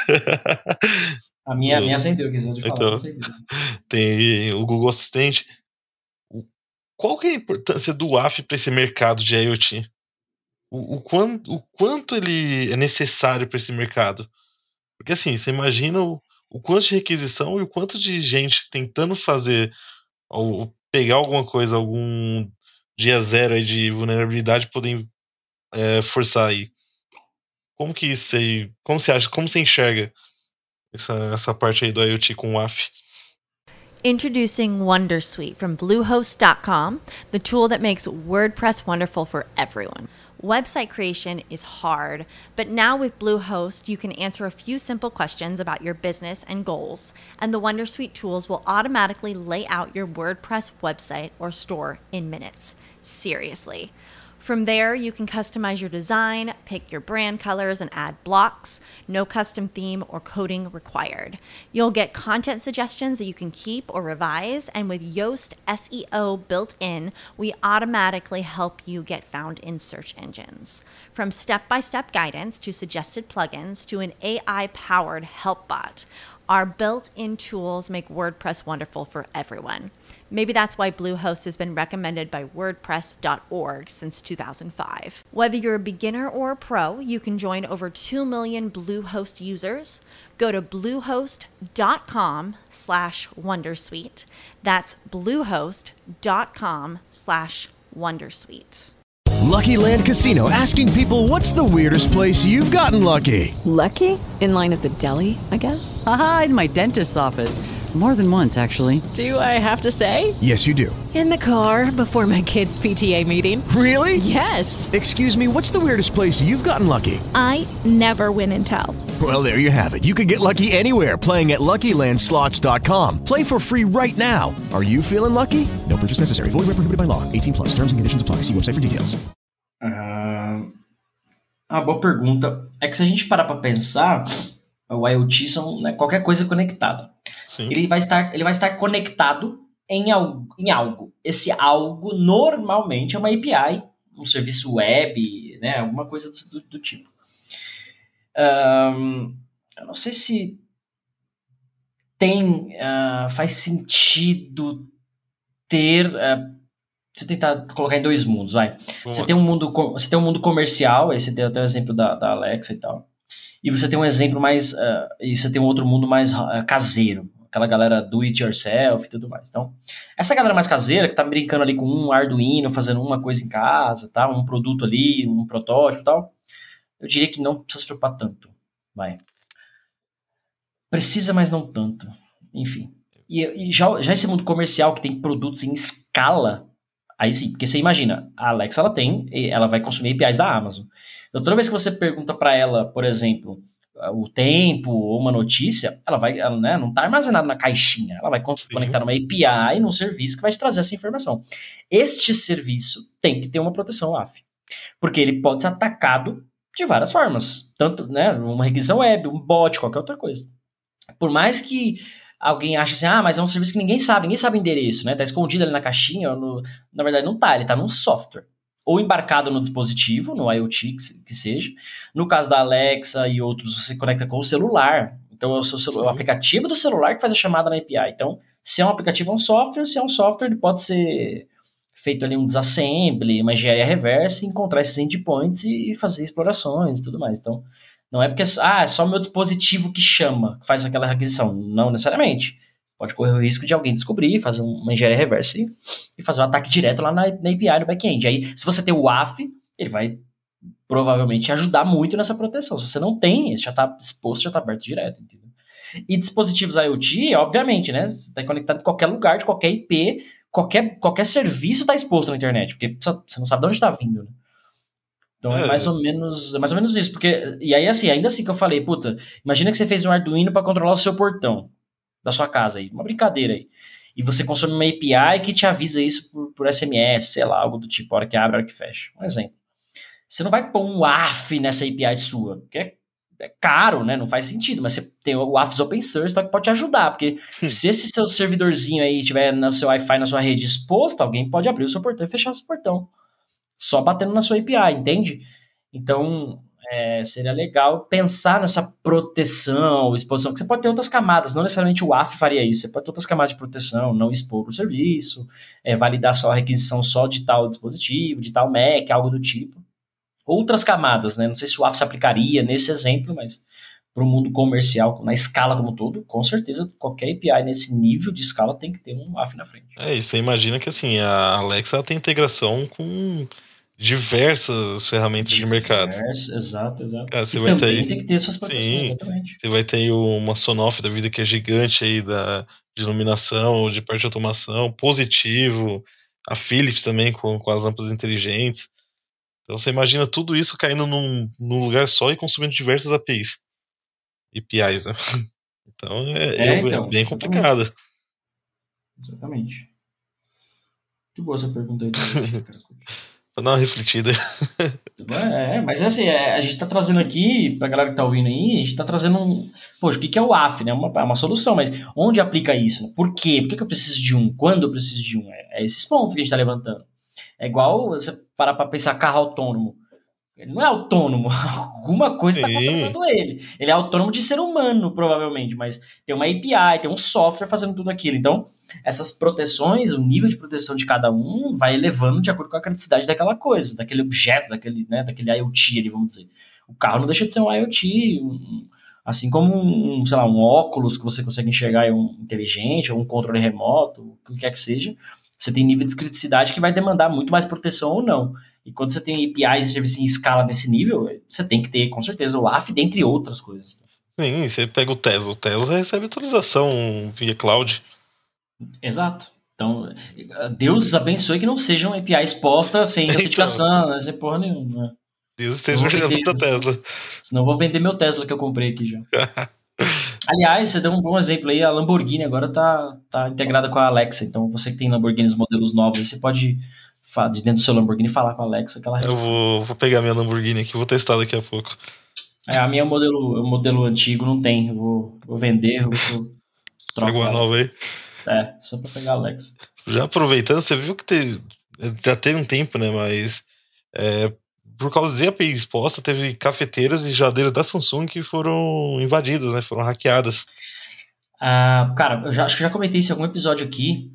A minha, a minha acendeu, que eu te falar. Então, Acendeu. Tem o Google Assistente. Qual que é a importância do W A F para esse mercado de IoT? O, o, quanto, o quanto ele é necessário para esse mercado? Porque assim, você imagina o, o quanto de requisição e o quanto de gente tentando fazer ou pegar alguma coisa, algum dia zero aí de vulnerabilidade, podem é, forçar aí. Como que isso aí, como você acha, como você enxerga essa, essa parte aí do IoT com o W A F? Introducing Wondersuite from Bluehost dot com, the tool that makes WordPress wonderful for everyone. Website creation is hard, but now with Bluehost, you can answer a few simple questions about your business and goals, and the Wondersuite tools will automatically lay out your WordPress website or store in minutes. Seriously. From there, you can customize your design, pick your brand colors, and add blocks. No custom theme or coding required. You'll get content suggestions that you can keep or revise, and with Yoast S E O built in, we automatically help you get found in search engines. From step-by-step guidance to suggested plugins to an A I-powered help bot, our built-in tools make WordPress wonderful for everyone. Maybe that's why Bluehost has been recommended by WordPress dot org since two thousand five. Whether you're a beginner or a pro, you can join over two million Bluehost users. Go to bluehost.com slash Wondersuite. That's bluehost.com slash Wondersuite. Lucky Land Casino, asking people, what's the weirdest place you've gotten lucky? Lucky? In line at the deli, I guess? Aha, in my dentist's office. More than once, actually. Do I have to say? Yes, you do. In the car before my kids' P T A meeting. Really? Yes. Excuse me, what's the weirdest place you've gotten lucky? I never win and tell. Well, there you have it. You can get lucky anywhere, playing at Lucky Land Slots dot com. Play for free right now. Are you feeling lucky? No purchase necessary. Void where prohibited by law. eighteen plus. Terms and conditions apply. See website for details. Uh, uma boa pergunta. É que se a gente parar para pensar, o IoT são, né, qualquer coisa conectada. Sim. Ele vai estar, ele vai estar conectado em algo, em algo. Esse algo normalmente é uma A P I, um serviço web, né, alguma coisa do, do, do tipo. Um, eu não sei se tem, uh, faz sentido ter, uh, se eu tentar colocar em dois mundos, vai. Você tem um mundo, você tem um mundo comercial, aí você tem até o exemplo da, da Alexa e tal, e você tem um exemplo mais, uh, e você tem um outro mundo mais uh, caseiro, aquela galera do it yourself e tudo mais. Então, essa galera mais caseira que tá brincando ali com um Arduino, fazendo uma coisa em casa, tá? Um produto ali, um protótipo e tal, eu diria que não precisa se preocupar tanto, vai. Precisa, mas não tanto. Enfim. E, e já, já esse mundo comercial que tem produtos em escala, aí sim, porque você imagina, a Alexa, ela tem, ela vai consumir A P Is da Amazon. Então, toda vez que você pergunta para ela, por exemplo, o tempo ou uma notícia, ela vai, ela, né, não está armazenada na caixinha, ela vai sim. conectar numa A P I, num serviço que vai te trazer essa informação. Este serviço tem que ter uma proteção W A F, porque ele pode ser atacado de várias formas, tanto, né, uma requisição web, um bot, qualquer outra coisa. Por mais que alguém ache assim, ah, mas é um serviço que ninguém sabe, ninguém sabe o endereço, né, tá escondido ali na caixinha, no, na verdade não tá, ele tá num software, ou embarcado no dispositivo, no IoT que, que seja. No caso da Alexa e outros, você conecta com o celular, então é o, seu celu- o aplicativo do celular que faz a chamada na A P I. Então, se é um aplicativo, é um software, se é um software, ele pode ser feito ali um disassembly, uma engenharia reversa, encontrar esses endpoints e fazer explorações e tudo mais. Então, não é porque ah, é só o meu dispositivo que chama, que faz aquela requisição. Não necessariamente. Pode correr o risco de alguém descobrir, fazer uma engenharia reversa e, e fazer um ataque direto lá na, na A P I, no back-end. Aí, se você tem o W A F, ele vai provavelmente ajudar muito nessa proteção. Se você não tem, ele já está exposto, já está aberto direto. Entendeu? E dispositivos IoT, obviamente, né? Você está conectado em qualquer lugar, de qualquer I P, qualquer, qualquer serviço está exposto na internet, porque você não sabe de onde está vindo, né? Então é. é mais ou menos é mais ou menos isso, porque, e aí assim, ainda assim que eu falei, puta, imagina que você fez um Arduino para controlar o seu portão da sua casa aí, uma brincadeira aí, e você consome uma A P I que te avisa isso por, por S M S, sei lá, algo do tipo, a hora que abre, a hora que fecha, um exemplo. Você não vai pôr um W A F nessa A P I sua, porque é caro, né? Não faz sentido, mas você tem o Office Open Source, então que pode te ajudar, porque se esse seu servidorzinho aí tiver no seu Wi-Fi, na sua rede exposto, alguém pode abrir o seu portão e fechar o seu portão, só batendo na sua A P I, entende? Então, é, seria legal pensar nessa proteção, exposição, que você pode ter outras camadas, não necessariamente o W A F faria isso, você pode ter outras camadas de proteção, não expor o serviço, é, validar só a requisição só de tal dispositivo, de tal Mac, algo do tipo. Outras camadas, né? Não sei se o W A F se aplicaria nesse exemplo, mas para o mundo comercial, na escala como um todo, com certeza qualquer A P I nesse nível de escala tem que ter um W A F na frente. É, e você imagina que assim, a Alexa tem integração com diversas ferramentas Diverso, de mercado. Exato, exato. Cara, você e vai também ter, tem que ter suas proteções, sim, exatamente. Você vai ter uma Sonoff da vida que é gigante aí da, de iluminação, de parte de automação, positivo, a Philips também com, com as lâmpadas inteligentes. Então você imagina tudo isso caindo num, num lugar só e consumindo diversas A P Is. A P Is, né? Então é, é, é então, bem complicado. Exatamente. Muito boa essa pergunta aí. Também, pra dar uma refletida. É, mas assim, é, a gente tá trazendo aqui, pra galera que tá ouvindo aí, a gente tá trazendo um... Poxa, o que, que é o W A F, né? Uma, uma solução, mas onde aplica isso? Por quê? Por que, que eu preciso de um? Quando eu preciso de um? É, é esses pontos que a gente tá levantando. É igual você parar pra pensar carro autônomo. Ele não é autônomo, alguma coisa está controlando ele. Ele é autônomo de ser humano, provavelmente, mas tem uma A P I, tem um software fazendo tudo aquilo. Então, essas proteções, o nível de proteção de cada um vai elevando de acordo com a criticidade daquela coisa, daquele objeto, daquele, né, daquele IoT ali, vamos dizer. O carro não deixa de ser um IoT, um, assim como um, sei lá, um óculos que você consegue enxergar um inteligente, ou um controle remoto, o que quer que seja. Você tem nível de criticidade que vai demandar muito mais proteção ou não. E quando você tem A P Is e serviços em escala nesse nível, você tem que ter, com certeza, o W A F, dentre outras coisas. Sim, você pega o Tesla. O Tesla recebe atualização via cloud. Exato. Então, Deus abençoe que não sejam A P I exposta sem autenticação, então, sem porra nenhuma. Deus esteja ajudando da Tesla. Senão eu vou vender meu Tesla que eu comprei aqui já. Aliás, você deu um bom exemplo aí, a Lamborghini agora tá, tá integrada com a Alexa, então você que tem Lamborghinis modelos novos, você pode, de dentro do seu Lamborghini, falar com a Alexa que ela Eu vou, vou pegar minha Lamborghini aqui, vou testar daqui a pouco. É, a minha modelo, o modelo antigo não tem, eu vou, vou vender, eu vou trocar uma nova aí. É, só pra pegar a Alexa. Já aproveitando, você viu que teve, já teve um tempo, né, mas é, por causa de A P I exposta, teve cafeteiras e geladeiras da Samsung que foram invadidas, né? Foram hackeadas. Ah, cara, eu já, acho que já comentei isso em algum episódio aqui.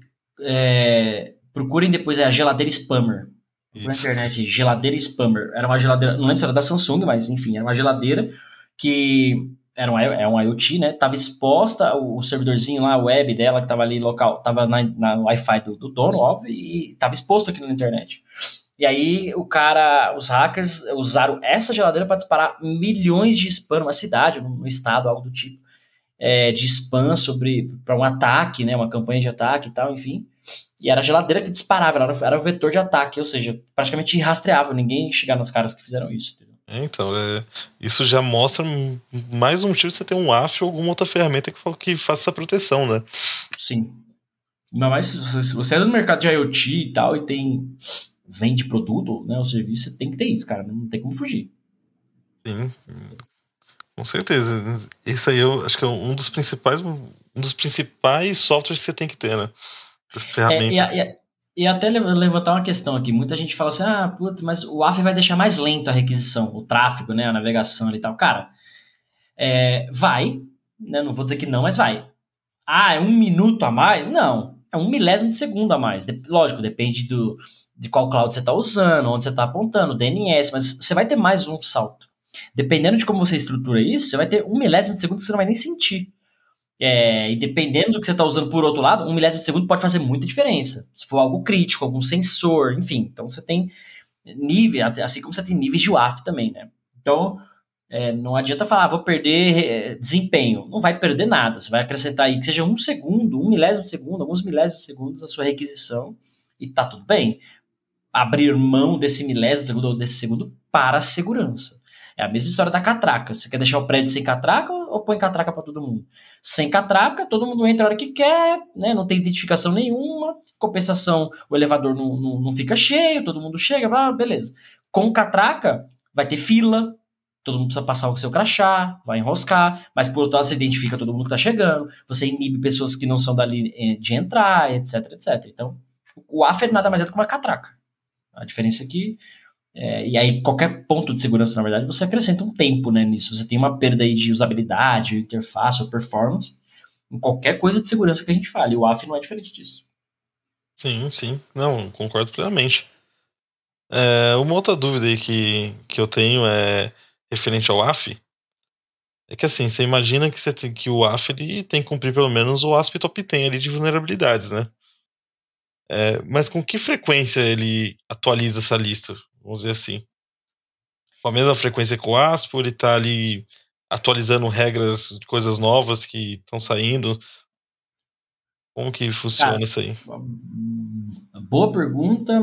É, procurem depois é a geladeira spammer. Na internet, geladeira spammer. Era uma geladeira, não lembro se era da Samsung, mas enfim, era uma geladeira que era um, é um IoT, né? Tava exposta, o, o servidorzinho lá, a web dela, que tava ali local, tava na, na Wi-Fi do, do dono, óbvio, e tava exposto aqui na internet. E aí o cara, os hackers usaram essa geladeira para disparar milhões de spam numa cidade, num estado, algo do tipo, é, de spam sobre para um ataque, né, uma campanha de ataque e tal, enfim. E era a geladeira que disparava, ela era, era o vetor de ataque, ou seja, praticamente irrastreável, ninguém ia chegar nos caras que fizeram isso. Entendeu? É, então, é, isso já mostra mais um motivo de você ter um W A F ou alguma outra ferramenta que, que faça essa proteção, né? Sim. Mas se você é do mercado de IoT e tal, e tem... vende produto, né, o serviço, você tem que ter isso, cara, não tem como fugir. Sim, com certeza. Esse aí eu acho que é um dos principais, um dos principais softwares que você tem que ter, né? Ferramentas. É, e, e, e até levantar uma questão aqui, muita gente fala assim, ah, puta, mas o W A F vai deixar mais lento a requisição, o tráfego, né, a navegação e tal. Cara, é, vai, né, não vou dizer que não, mas vai. Ah, é um minuto a mais? Não, é um milésimo de segundo a mais. De, lógico, depende do de qual cloud você está usando, onde você está apontando, D N S, mas você vai ter mais um salto. Dependendo de como você estrutura isso, você vai ter um milésimo de segundo que você não vai nem sentir. É, e dependendo do que você está usando por outro lado, um milésimo de segundo pode fazer muita diferença. Se for algo crítico, algum sensor, enfim. Então você tem nível, assim como você tem níveis de W A F também, né? Então, é, não adianta falar, ah, vou perder é, desempenho. Não vai perder nada. Você vai acrescentar aí que seja um segundo, um milésimo de segundo, alguns milésimos de segundos na sua requisição e tá tudo bem. Abrir mão desse milésimo de segundo ou desse segundo para a segurança. É a mesma história da catraca. Você quer deixar o prédio sem catraca ou põe catraca para todo mundo? Sem catraca, todo mundo entra a hora que quer, né? Não tem identificação nenhuma, compensação, o elevador não, não, não fica cheio, todo mundo chega, blá, beleza. Com catraca, vai ter fila, todo mundo precisa passar o seu crachá, vai enroscar, mas por outro lado você identifica todo mundo que tá chegando, você inibe pessoas que não são dali de entrar, etc, etcétera. Então, o W A F nada mais é do que uma catraca. A diferença é que, é, e aí qualquer ponto de segurança, na verdade, você acrescenta um tempo, né, nisso. Você tem uma perda aí de usabilidade, interface ou performance, em qualquer coisa de segurança que a gente fale. O W A F não é diferente disso. Sim, sim. Não, concordo plenamente. É, uma outra dúvida aí que, que eu tenho é referente ao W A F. É que assim, você imagina que, você tem, que o W A F ele tem que cumprir pelo menos o A S P Top dez ali de vulnerabilidades, né? É, mas com que frequência ele atualiza essa lista? Vamos dizer assim. Com a mesma frequência que o A S P, ou ele está ali atualizando regras de coisas novas que estão saindo? Como que funciona Cara, isso aí? Boa pergunta,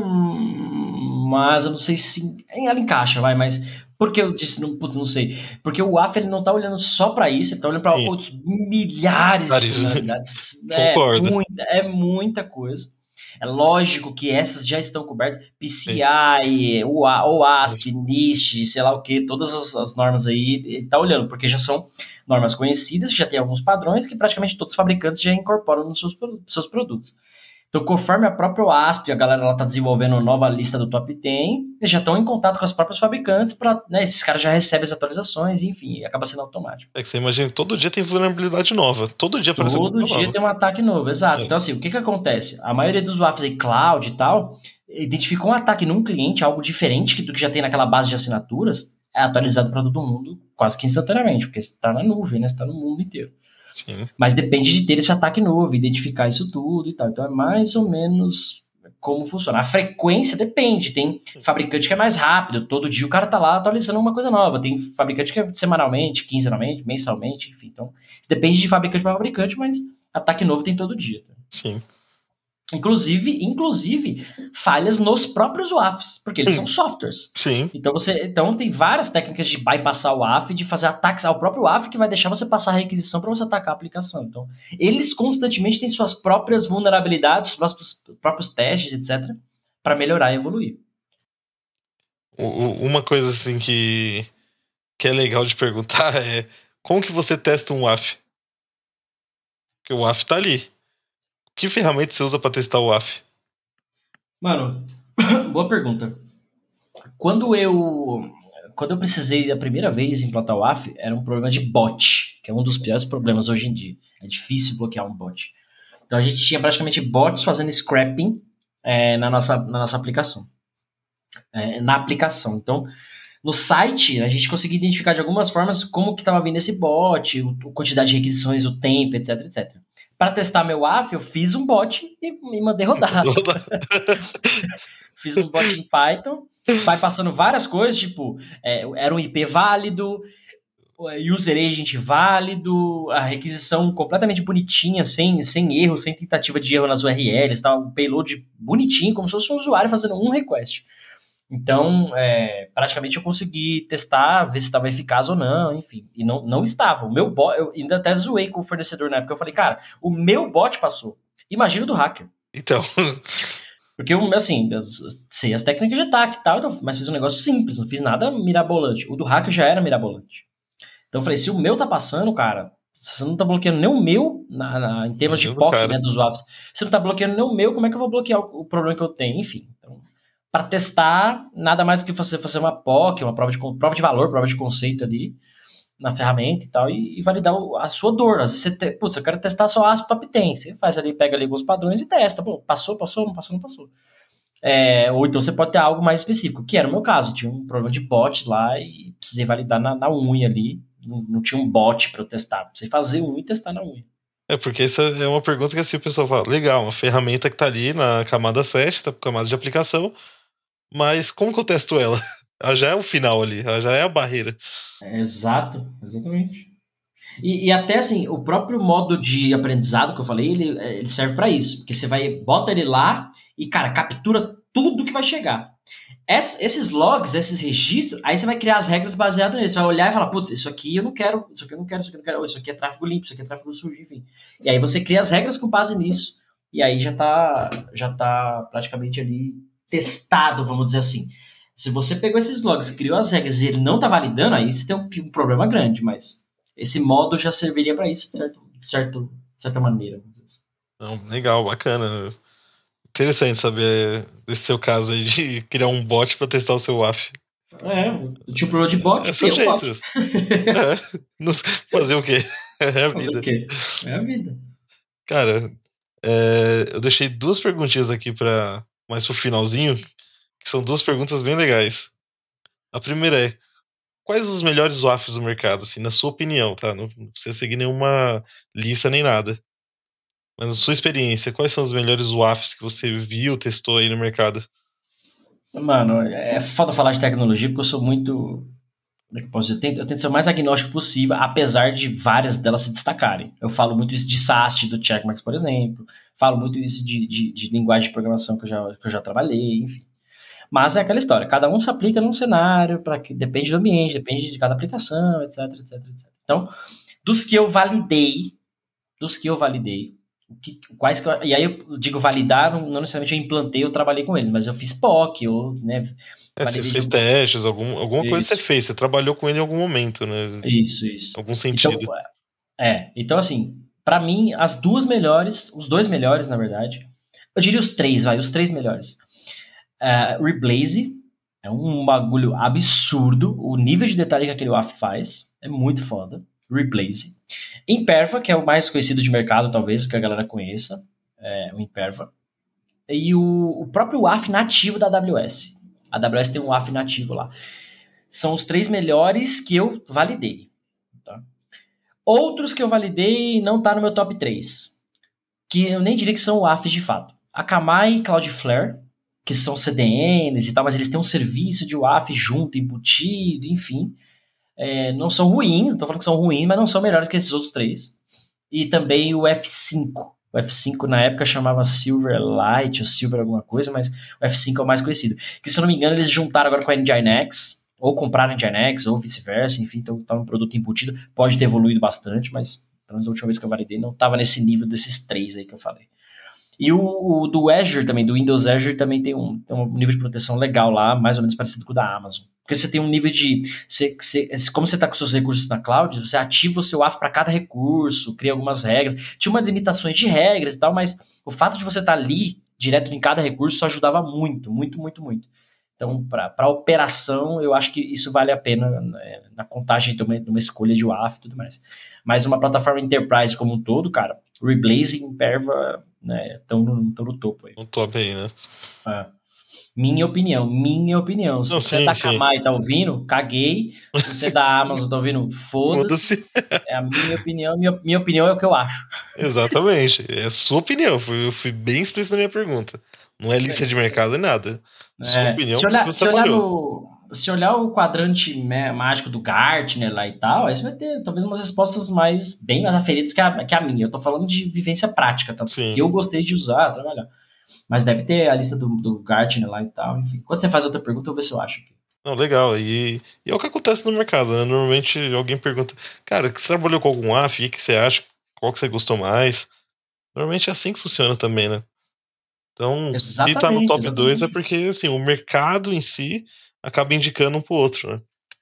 mas eu não sei se ela encaixa, vai, mas por que eu disse, não, putz, não sei, porque o W A F ele não tá olhando só para isso, ele tá olhando para outros milhares Milhares. de vulnerabilidades. É Concordo. muita, é muita coisa. É lógico que essas já estão cobertas, P C I, o A S P, NIST, sei lá o que, todas as, as normas aí, ele tá olhando, porque já são normas conhecidas, já tem alguns padrões que praticamente todos os fabricantes já incorporam nos seus, seus produtos. Então, conforme a própria O A S P, a galera lá tá desenvolvendo uma nova lista do Top dez, eles já estão em contato com as próprias fabricantes para, né, esses caras já recebem as atualizações, enfim, acaba sendo automático. É que você imagina que todo dia tem vulnerabilidade nova. Todo dia aparece Todo dia nova. tem um ataque novo, exato. É. Então, assim, o que que acontece? A maioria dos W A Fs aí, cloud e tal, identificou um ataque num cliente, algo diferente do que já tem naquela base de assinaturas, é atualizado para todo mundo quase que instantaneamente, porque você tá na nuvem, né? Você tá no mundo inteiro. Sim. Mas depende de ter esse ataque novo, identificar isso tudo e tal. Então é mais ou menos como funciona. A frequência depende. Tem fabricante que é mais rápido, todo dia o cara tá lá atualizando uma coisa nova. Tem fabricante que é semanalmente, quinzenalmente, mensalmente, enfim. Então depende de fabricante para fabricante, mas ataque novo tem todo dia. Sim. Inclusive, inclusive, falhas nos próprios W A Fs, porque eles são softwares. Sim. Então, você, então tem várias técnicas de bypassar o W A F, de fazer ataques ao próprio W A F que vai deixar você passar a requisição para você atacar a aplicação. Então, eles constantemente têm suas próprias vulnerabilidades, suas próprios, próprios testes, etcétera, para melhorar e evoluir. Uma coisa assim que, que é legal de perguntar é como que você testa um W A F? Porque o W A F tá ali. Que ferramenta você usa para testar o W A F? Mano, boa pergunta. Quando eu, quando eu precisei a primeira vez implantar o W A F, era um problema de bot, que é um dos piores problemas hoje em dia. É difícil bloquear um bot. Então a gente tinha praticamente bots fazendo scrapping é, na, nossa, na nossa aplicação. É, na aplicação. Então, no site, a gente conseguia identificar de algumas formas como que estava vindo esse bot, a quantidade de requisições, o tempo, etc, etcétera. Para testar meu W A F, eu fiz um bot e me mandei rodar. Fiz um bot em Python, vai passando várias coisas, tipo, é, era um I P válido, user agent válido, a requisição completamente bonitinha, sem, sem erro, sem tentativa de erro nas U R Ls, tá? Um payload bonitinho, como se fosse um usuário fazendo um request. Então, é, praticamente eu consegui testar, ver se estava eficaz ou não, enfim. E não, não estava. O meu bot, eu ainda até zoei com o fornecedor na época. Eu falei, cara, o meu bot passou. Imagina o do hacker. Então. Porque, assim, eu sei as técnicas de ataque e tal, então, mas fiz um negócio simples, não fiz nada mirabolante. O do hacker já era mirabolante. Então eu falei, se o meu tá passando, cara, você não tá bloqueando nem o meu, na, na, em termos de P O C, né, dos W A Fs, você não tá bloqueando nem o meu, como é que eu vou bloquear o, o problema que eu tenho? Enfim, então... Para testar, nada mais do que você fazer uma P O C, uma prova de, prova de valor, prova de conceito ali na ferramenta e tal, e, e validar o, a sua dor. Às vezes você, te, putz, eu quero testar só A S P Top dez. Você faz ali, pega ali alguns padrões e testa. Pô, passou, passou, não passou, não passou. É, ou então você pode ter algo mais específico, que era o meu caso. Tinha um problema de bot lá e precisei validar na, na unha ali. Não, não tinha um bot para eu testar. Precisei fazer um e testar na unha. É, porque essa é uma pergunta que assim o pessoal fala, legal, uma ferramenta que tá ali na camada sete, tá com camada de aplicação, mas como que eu testo ela? Ela já é o final ali, ela já é a barreira. É, exato, exatamente. E, e até assim, o próprio modo de aprendizado que eu falei, ele, ele serve para isso. Porque você vai, bota ele lá e, cara, captura tudo que vai chegar. Es, esses logs, esses registros, aí você vai criar as regras baseadas nisso. Você vai olhar e falar, putz, isso aqui eu não quero, isso aqui eu não quero, isso aqui eu não quero, isso aqui é tráfego limpo, isso aqui é tráfego sujo, enfim. E aí você cria as regras com base nisso. E aí já tá, já tá praticamente ali testado, vamos dizer assim. Se você pegou esses logs, criou as regras e ele não tá validando, aí você tem um, um problema grande, mas esse modo já serviria para isso, de, certo, de, certo, de certa maneira. Não, legal, bacana. Interessante saber desse seu caso aí de criar um bot para testar o seu W A F. É, o tipo de bot. É seu jeito. É, fazer o quê? É a vida. Fazer o quê? É a vida. Cara, é, eu deixei duas perguntinhas aqui para mais pro finalzinho, que são duas perguntas bem legais. A primeira é: quais os melhores W A Fs do mercado, assim, na sua opinião, tá? Não, não precisa seguir nenhuma lista nem nada. Mas na sua experiência, quais são os melhores W A Fs que você viu, testou aí no mercado? Mano, é foda falar de tecnologia porque eu sou muito... Eu, posso, eu, tento, eu tento ser o mais agnóstico possível, apesar de várias delas se destacarem. Eu falo muito isso de S A S T, do Checkmarx, por exemplo. Falo muito isso de, de, de linguagem de programação que eu, já, que eu já trabalhei, enfim. Mas é aquela história, cada um se aplica num cenário, pra que, depende do ambiente, depende de cada aplicação, etc, etc, etcétera. Então, dos que eu validei, dos que eu validei, que, quais que eu, e aí eu digo validar, não, não necessariamente eu implantei, eu trabalhei com eles, mas eu fiz P O C, eu, né... É, você fez de... testes, algum, alguma isso. coisa você fez, você trabalhou com ele em algum momento, né? Isso, isso. Algum sentido. Então, é, então assim, pra mim, as duas melhores, os dois melhores, na verdade, eu diria os três, vai, os três melhores. Uh, Reblaze, é um bagulho absurdo, o nível de detalhe que aquele W A F faz, é muito foda. Reblaze. Imperva, que é o mais conhecido de mercado, talvez, que a galera conheça, é, o Imperva. E o, o próprio W A F nativo da A W S. A AWS tem um W A F nativo lá. São os três melhores que eu validei. Tá? Outros que eu validei não tá no meu top três. Que eu nem diria que são W A Fs de fato. Akamai e Cloudflare, que são C D Ns e tal, mas eles têm um serviço de W A F junto, embutido, enfim. É, não são ruins, não tô falando que são ruins, mas não são melhores que esses outros três. E também o F cinco. O F cinco na época chamava Silverlight ou Silver alguma coisa, mas o F cinco é o mais conhecido. Que se eu não me engano eles juntaram agora com a Nginx, ou compraram a Nginx, ou vice-versa, enfim, então tá um produto embutido. Pode ter evoluído bastante, mas pelo menos a última vez que eu validei não tava nesse nível desses três aí que eu falei. E o, o do Azure também, do Windows Azure também tem um, tem um nível de proteção legal lá, mais ou menos parecido com o da Amazon. Porque você tem um nível de... Você, você, como você está com seus recursos na cloud, você ativa o seu W A F para cada recurso, cria algumas regras. Tinha umas limitações de regras e tal, mas o fato de você estar tá ali, direto em cada recurso, ajudava muito, muito, muito, muito. Então, para operação, eu acho que isso vale a pena, né, na contagem de uma, de uma escolha de W A F e tudo mais. Mas uma plataforma enterprise como um todo, cara, Reblaze e Imperva estão né, no, no topo aí. No top aí, né? É. Minha opinião, minha opinião. Se não, você sim, é da Akamai e tá ouvindo, caguei. Se você é da Amazon tá ouvindo, foda-se. Foda é a minha opinião, minha, minha opinião é o que eu acho. Exatamente, é a sua opinião. Eu fui, eu fui bem explícito na minha pergunta. Não é lista é. de mercado, é nada. Sua é. opinião se olhar, você se olhar no, se olhar o quadrante mágico do Gartner lá e tal, aí você vai ter talvez umas respostas mais bem mais aferidas que a, que a minha. Eu tô falando de vivência prática, tá? Que eu gostei de usar, trabalhar. Mas deve ter a lista do, do Gartner lá e tal, enfim. Quando você faz outra pergunta, eu vou ver se eu acho aqui. Não, legal. E, e é o que acontece no mercado, né? Normalmente alguém pergunta, cara, você trabalhou com algum W A F? O que você acha? Qual que você gostou mais? Normalmente é assim que funciona também, né? Então, exatamente, se tá no top dois é porque, assim, o mercado em si acaba indicando um pro outro, né?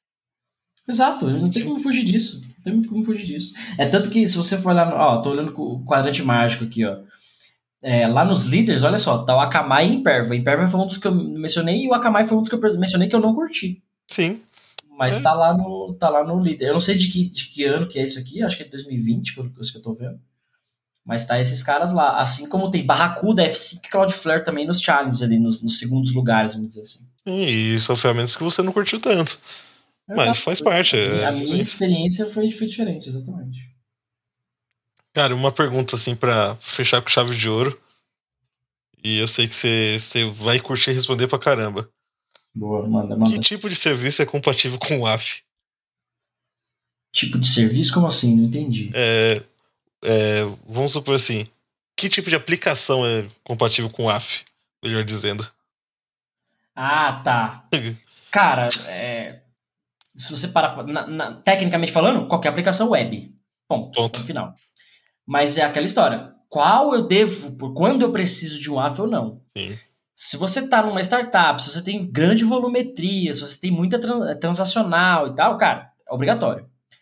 Exato, não tem como fugir disso. Não tem muito como fugir disso. É tanto que se você for olhar, ó, tô olhando o quadrante mágico aqui, ó. É, lá nos líderes, olha só, tá o Akamai e Imperva. Imperva foi um dos que eu mencionei e o Akamai foi um dos que eu mencionei que eu não curti. Sim. Mas é. tá, lá no, tá lá no líder. Eu não sei de que, de que ano que é isso aqui, acho que é dois mil e vinte, que eu, que eu tô vendo. Mas tá esses caras lá. Assim como tem Barracuda, F cinco e Cloudflare também nos challenges ali, nos, nos segundos lugares, vamos dizer assim. Sim, e são ferramentas que você não curtiu tanto. É, mas tá, faz parte. A, é, a minha experiência foi, foi diferente, exatamente. Cara, uma pergunta assim pra fechar com chave de ouro. E eu sei que você, você vai curtir responder pra caramba. Boa, manda, manda. Que tipo de serviço é compatível com o W A F? Tipo de serviço? Como assim? Não entendi. É, é, vamos supor assim, que tipo de aplicação é compatível com o W A F? Melhor dizendo. Ah, tá. Cara, é, se você parar... Na, na, tecnicamente falando, qualquer aplicação web. Ponto. Ponto. No final. Mas é aquela história. Qual eu devo, por quando eu preciso de um W A F ou não. Sim. Se você está numa startup, se você tem grande volumetria, se você tem muita tran- transacional e tal, cara, é obrigatório.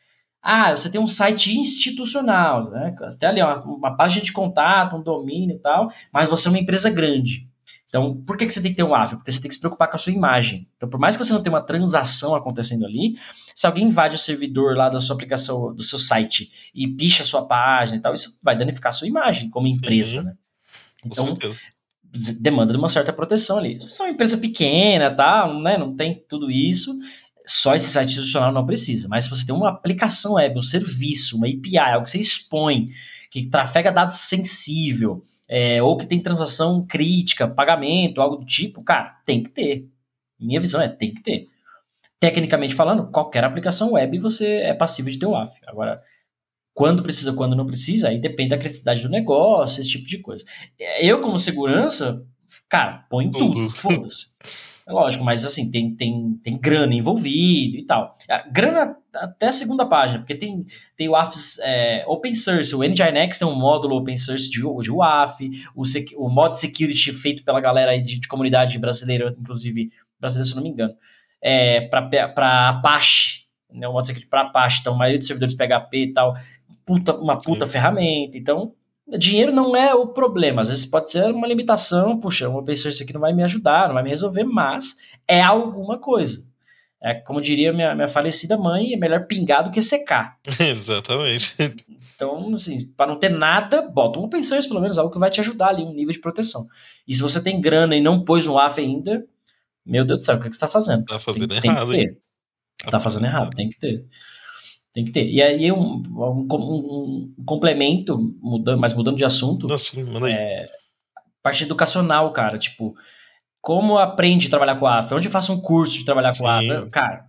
Ah, você tem um site institucional, né? Até ali, uma, uma página de contato, um domínio e tal, mas você é uma empresa grande. Então, por que, que você tem que ter um A F I? Porque você tem que se preocupar com a sua imagem. Então, por mais que você não tenha uma transação acontecendo ali, se alguém invade o servidor lá da sua aplicação, do seu site, e picha a sua página e tal, isso vai danificar a sua imagem como empresa, Sim, né? com Então, certeza. demanda de uma certa proteção ali. Se você é uma empresa pequena, tá, né, não tem tudo isso, só esse site institucional não precisa. Mas se você tem uma aplicação web, um serviço, uma A P I, algo que você expõe, que trafega dados sensível, é, ou que tem transação crítica, pagamento, algo do tipo, cara, tem que ter. Minha visão é, tem que ter. Tecnicamente falando, qualquer aplicação web você é passível de ter um A F I. Agora, quando precisa, quando não precisa, aí depende da criatividade do negócio, esse tipo de coisa. Eu, como segurança, cara, põe tudo, Tudo. foda-se. É lógico, mas assim, tem, tem, tem grana envolvido e tal. A grana até a segunda página, porque tem, tem o A F I é, Open Source, o N G I Next tem um módulo Open Source de, de U A F I, o, sec, o Mod Security feito pela galera aí de, de comunidade brasileira, inclusive, brasileira se eu não me engano, é, para Apache, né, o Mod Security para Apache, então a maioria dos servidores P H P e tal, puta, uma puta Sim. ferramenta, então dinheiro não é o problema, às vezes pode ser uma limitação, puxa, uma pessoa isso aqui não vai me ajudar, não vai me resolver, mas é alguma coisa. É, como diria minha, minha falecida mãe, é melhor pingar do que secar. Exatamente. Então, assim, para não ter nada, bota um open source, pelo menos, algo que vai te ajudar ali, um nível de proteção. E se você tem grana e não pôs um A F I ainda, meu Deus do céu, o que, é que você está fazendo? Tá fazendo tem, errado, tem que hein? ter. Tá, tá fazendo errado, tem que ter. Tem que ter. E aí, um, um, um, um complemento, mudando, mas mudando de assunto, Não, sim, manda aí. é, parte educacional, cara, tipo, como aprende a trabalhar com A F I? Onde eu faço um curso de trabalhar com A F I? Sim. Cara,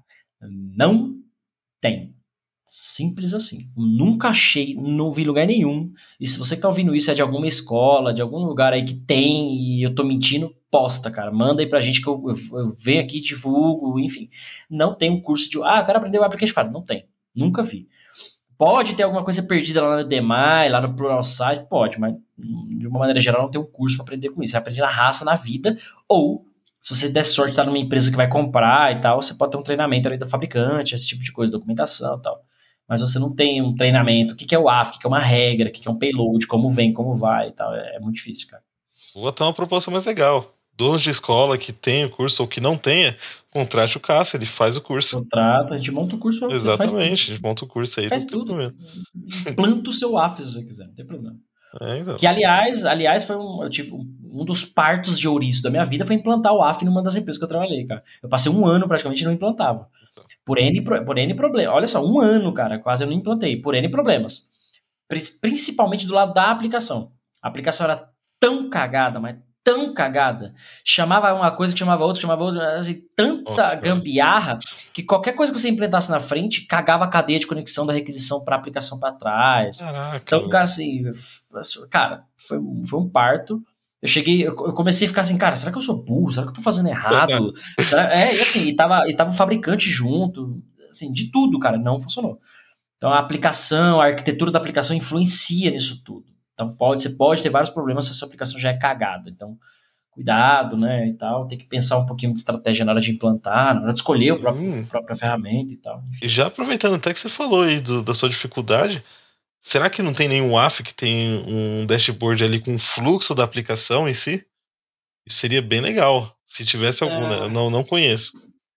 não tem. Simples assim. Nunca achei, não vi lugar nenhum. E se você que tá ouvindo isso é de alguma escola, de algum lugar aí que tem e eu tô mentindo, posta, cara. Manda aí pra gente que eu, eu, eu venho aqui, divulgo, enfim. Não tem um curso de... Ah, eu quero aprender o application. Não tem. Nunca vi. Pode ter alguma coisa perdida lá no Udemy, lá no Pluralsight, pode, mas de uma maneira geral não tem um curso para aprender com isso. Você vai aprender na raça, na vida, ou se você der sorte de estar numa empresa que vai comprar e tal, você pode ter um treinamento ali do fabricante, esse tipo de coisa, documentação e tal. Mas você não tem um treinamento, o que é o A F I, o que é uma regra, o que é um payload, como vem, como vai e tal. É muito difícil, cara. Vou botar uma proposta mais legal. Donos de escola que tem o curso ou que não tenha, contrate o Cássio, ele faz o curso. Contrata, a gente monta o curso pra você. Exatamente, a gente monta o curso aí. Faz tudo. Planta o seu A F I se você quiser, não tem problema. É, então. Que, aliás, aliás foi um, eu tive um, um dos partos de ouriço da minha vida foi implantar o A F I numa das empresas que eu trabalhei, cara. Eu passei um ano praticamente e não implantava. Por N, por N problemas. Olha só, um ano, cara, quase eu não implantei. Por N problemas. Principalmente do lado da aplicação. A aplicação era tão cagada, mas tão cagada. Chamava uma coisa que chamava outra, que chamava outra. Assim, tanta Nossa, gambiarra que qualquer coisa que você implantasse na frente cagava a cadeia de conexão da requisição para a aplicação para trás. Caraca. Então, cara, assim, cara, foi, foi um parto. Eu cheguei, eu comecei a ficar assim, cara, será que eu sou burro? Será que eu tô fazendo errado? Será? É, e assim, e tava, e tava o fabricante junto, assim, de tudo, cara, não funcionou. Então a aplicação, a arquitetura da aplicação influencia nisso tudo. Então pode, você pode ter vários problemas se a sua aplicação já é cagada. Então, cuidado, né, e tal, tem que pensar um pouquinho de estratégia na hora de implantar, na hora de escolher a própria, hum. própria ferramenta e tal. Enfim. E já aproveitando até que você falou aí do, da sua dificuldade, será que não tem nenhum A F I que tem um dashboard ali com o fluxo da aplicação em si? Isso seria bem legal, se tivesse algum, é... né? Eu não, não conheço.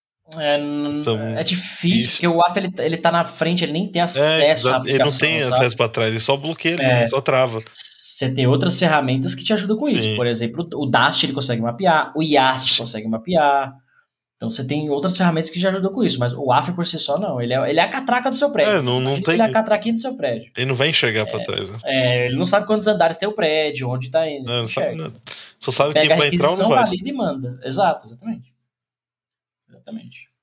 É, então, é difícil, isso. Porque o A F I ele, ele tá na frente, ele nem tem acesso é, à aplicação. Ele não tem sabe? acesso para trás, ele só bloqueia ali, é, né? Só trava. Você tem outras ferramentas que te ajudam com Sim. isso. Por exemplo, o Dast ele consegue mapear, o Yast consegue mapear. Então você tem outras ferramentas que te ajudam com isso, mas o A F I por si só não. Ele é, ele é a catraca do seu prédio. É, não, não tem... Ele é a catraquinha do seu prédio. Ele não vai enxergar é, para trás. Né? É, ele não sabe quantos andares tem o prédio, onde tá indo. Não, não sabe nada. Só sabe Pega quem vai entrar ou não vai. Valida e manda. Exato, exatamente. Exatamente.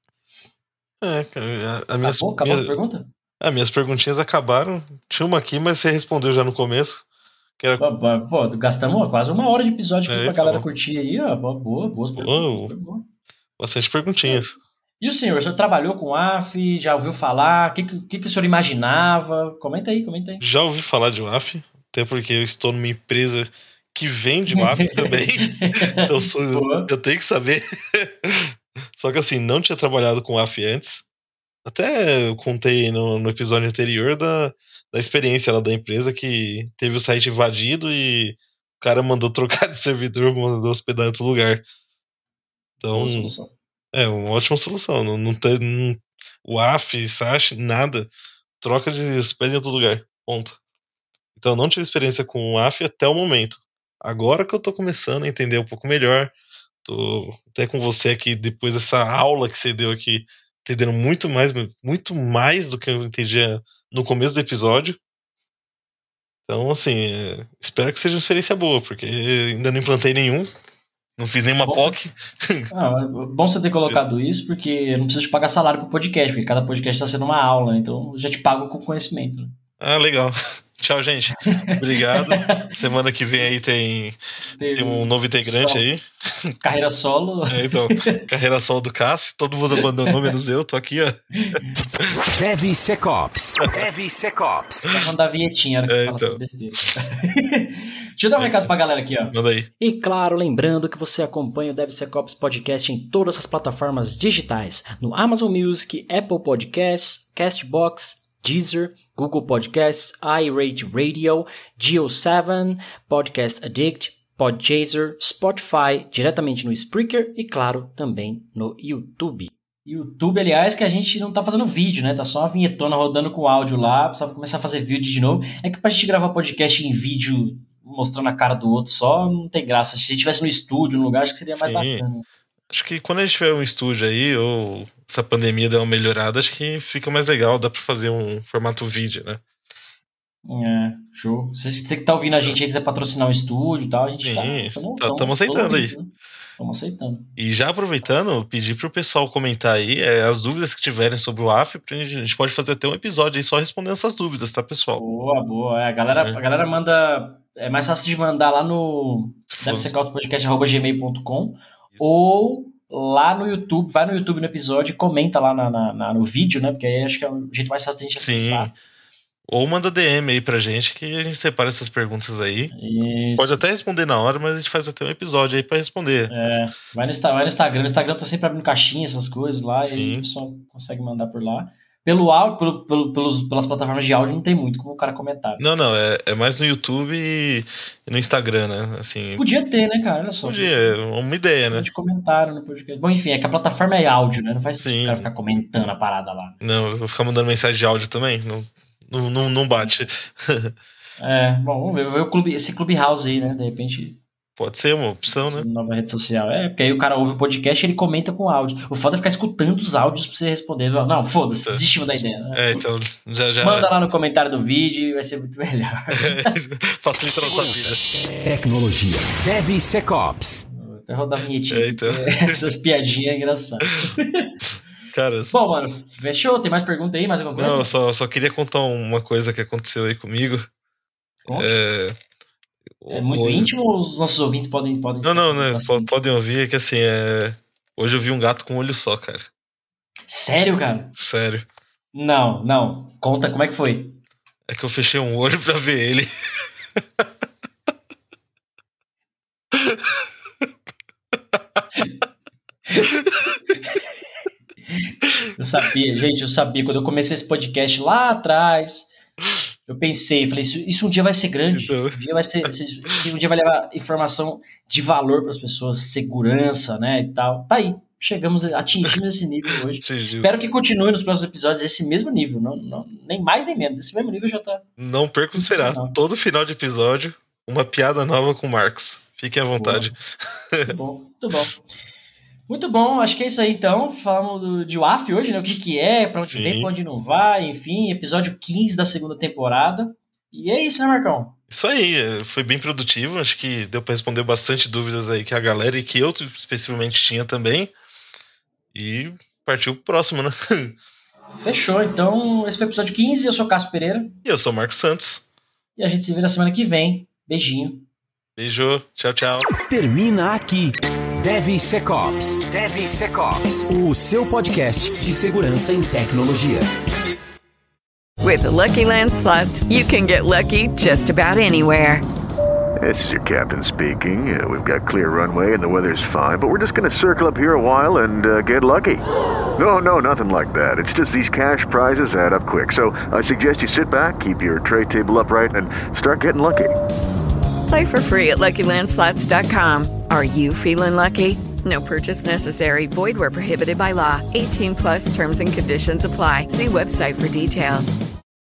É, cara, a minhas, acabou, acabou minhas, a pergunta? As minhas perguntinhas acabaram. Tinha uma aqui, mas você respondeu já no começo. Que era... pô, pô, gastamos quase uma hora de episódio aqui é, pra então. galera curtir aí, ó. Boa, boas perguntas. Boa. Bastante perguntinhas. E o senhor, o senhor trabalhou com A F I, já ouviu falar? O que, que, que o senhor imaginava? Comenta aí, comenta aí. Já ouvi falar de A F I, até porque eu estou numa empresa que vende o A F também. Então eu, sou, eu tenho que saber. Só que assim, não tinha trabalhado com A F antes. Até eu contei no, no episódio anterior da, da experiência lá da empresa que teve o site invadido e o cara mandou trocar de servidor, mandou hospedar em outro lugar. Então, é uma ótima solução. Não, não tem não, o A F, S A S, nada. Troca de hospedagem em outro lugar. Ponto. Então eu não tive experiência com o A F até o momento. Agora que eu tô começando a entender um pouco melhor, tô até com você aqui, depois dessa aula que você deu aqui, entendendo muito mais, muito mais do que eu entendia no começo do episódio. Então, assim, é, espero que seja uma experiência boa, porque ainda não implantei nenhum, não fiz nenhuma bom, P O C. Ah, bom você ter colocado isso, porque eu não preciso te pagar salário pro podcast, porque cada podcast está sendo uma aula, então eu já te pago com conhecimento. Né? Ah, legal. Tchau, gente. Obrigado. Semana que vem aí tem, tem um novo integrante solo. Aí. Carreira solo. É, então, carreira solo do Cássio. Todo mundo abandonou, menos eu. Tô aqui, ó. DevSecOps. DevSecOps. Vai mandar a vinhetinha, era que é, fala então. Besteira. Deixa eu dar um recado pra galera aqui, ó. Manda aí. E claro, lembrando que você acompanha o DevSecOps Podcast em todas as plataformas digitais. No Amazon Music, Apple Podcasts, Castbox, Deezer, Google Podcasts, iRadio, Geo sete, Podcast Addict, Podchaser, Spotify, diretamente no Spreaker e, claro, também no YouTube. YouTube, aliás, que a gente não tá fazendo vídeo, né? Tá só uma vinhetona rodando com áudio lá, precisava começar a fazer vídeo de novo. É que pra gente gravar podcast em vídeo mostrando a cara do outro só, não tem graça. Se tivesse no estúdio, no lugar, acho que seria mais Sim. bacana. Acho que quando a gente tiver um estúdio aí, ou essa pandemia der uma melhorada, acho que fica mais legal, dá pra fazer um formato vídeo, né? É, show. Se você que tá ouvindo a gente aí quiser patrocinar um estúdio e tal, a gente Sim, tá... Estamos aceitando aí. Estamos aceitando. E já aproveitando, pedir pro pessoal comentar aí é, as dúvidas que tiverem sobre o A F, a gente pode fazer até um episódio aí só respondendo essas dúvidas, tá, pessoal? Boa, boa. É, a, galera, é. a galera manda... É mais fácil de mandar lá no devsecopspodcast arroba gmail ponto com ou lá no YouTube, vai no YouTube no episódio e comenta lá na, na, na, no vídeo, né? Porque aí acho que é o jeito mais fácil da gente acessar. Sim. Ou manda D M aí pra gente que a gente separa essas perguntas aí. Isso. Pode até responder na hora, mas a gente faz até um episódio aí pra responder. É, vai no, vai no Instagram. O Instagram tá sempre abrindo caixinha, essas coisas lá, Sim. e aí o pessoal consegue mandar por lá. Pelo áudio, pelo, pelo, pelos, pelas plataformas de áudio não tem muito como o cara comentar. Não, não, é, é mais no YouTube e no Instagram, né? Assim, podia ter, né, cara? Olha só. Podia, é uma ideia, né? De comentário no podcast. Bom, enfim, é que a plataforma é áudio, né? Não faz sentido o cara ficar comentando a parada lá. Não, eu vou ficar mandando mensagem de áudio também. Não, não, não, não bate. É, bom, vamos ver, vamos ver o clube, esse Clubhouse aí, né? De repente. Pode ser uma opção, né? Nova rede social. É, porque aí o cara ouve o podcast e ele comenta com áudio. O foda é ficar escutando os áudios pra você responder. Não, foda-se, então, desistimos da ideia. Né? É, então, já, já... Manda lá no comentário do vídeo e vai ser muito melhor. Facilita a nossa vida. Tecnologia. DevSecOps. Até rodar a vinhetinha. É, então. Essas piadinhas engraçadas. Cara, bom, mano, fechou? Tem mais pergunta aí? Mais alguma coisa? Não, eu só, só queria contar uma coisa que aconteceu aí comigo. Conta. É... É muito hoje... íntimo ou os nossos ouvintes podem... podem não, não, né? Assim? Podem ouvir, é que assim, é... hoje eu vi um gato com um olho só, cara. Sério, cara? Sério. Não, não. Conta, como é que foi? É que eu fechei um olho pra ver ele. Eu sabia, gente, eu sabia. Quando eu comecei esse podcast lá atrás... Eu pensei, falei, isso, isso um dia vai ser grande, então... um, dia vai ser, um dia vai levar informação de valor para as pessoas, segurança, né, e tal. Tá aí, chegamos, atingimos esse nível hoje. Entendi. Espero que continue nos próximos episódios esse mesmo nível, não, não, nem mais nem menos, esse mesmo nível já tá... Não perca o será, todo final de episódio, uma piada nova com o Marcos. Fiquem à vontade. Boa. Muito bom, muito bom. Muito bom, acho que é isso aí então. Falamos do, de U A F hoje, né? O que, que é, pra onde Sim. vem, pra onde não vai, enfim, episódio quinze da segunda temporada. E é isso, né, Marcão? Isso aí, foi bem produtivo. Acho que deu pra responder bastante dúvidas aí que a galera e que eu especificamente tinha também. E partiu pro próximo, né? Fechou, então esse foi o episódio quinze. Eu sou o Cássio Pereira. E eu sou o Marcos Santos. E a gente se vê na semana que vem. Beijinho. Beijo, tchau, tchau. Termina aqui. DevSecOps. DevSecOps. O seu podcast de segurança em tecnologia. With the Lucky Land Slots, you can get lucky just about anywhere. This is your captain speaking. Uh, we've got clear runway and the weather's fine, but we're just going to circle up here a while and uh, get lucky. No, no, nothing like that. It's just these cash prizes add up quick. So I suggest you sit back, keep your tray table upright, and start getting lucky. Play for free at Lucky Land Slots dot com. Are you feeling lucky? No purchase necessary. Void where prohibited by law. eighteen plus terms and conditions apply. See website for details.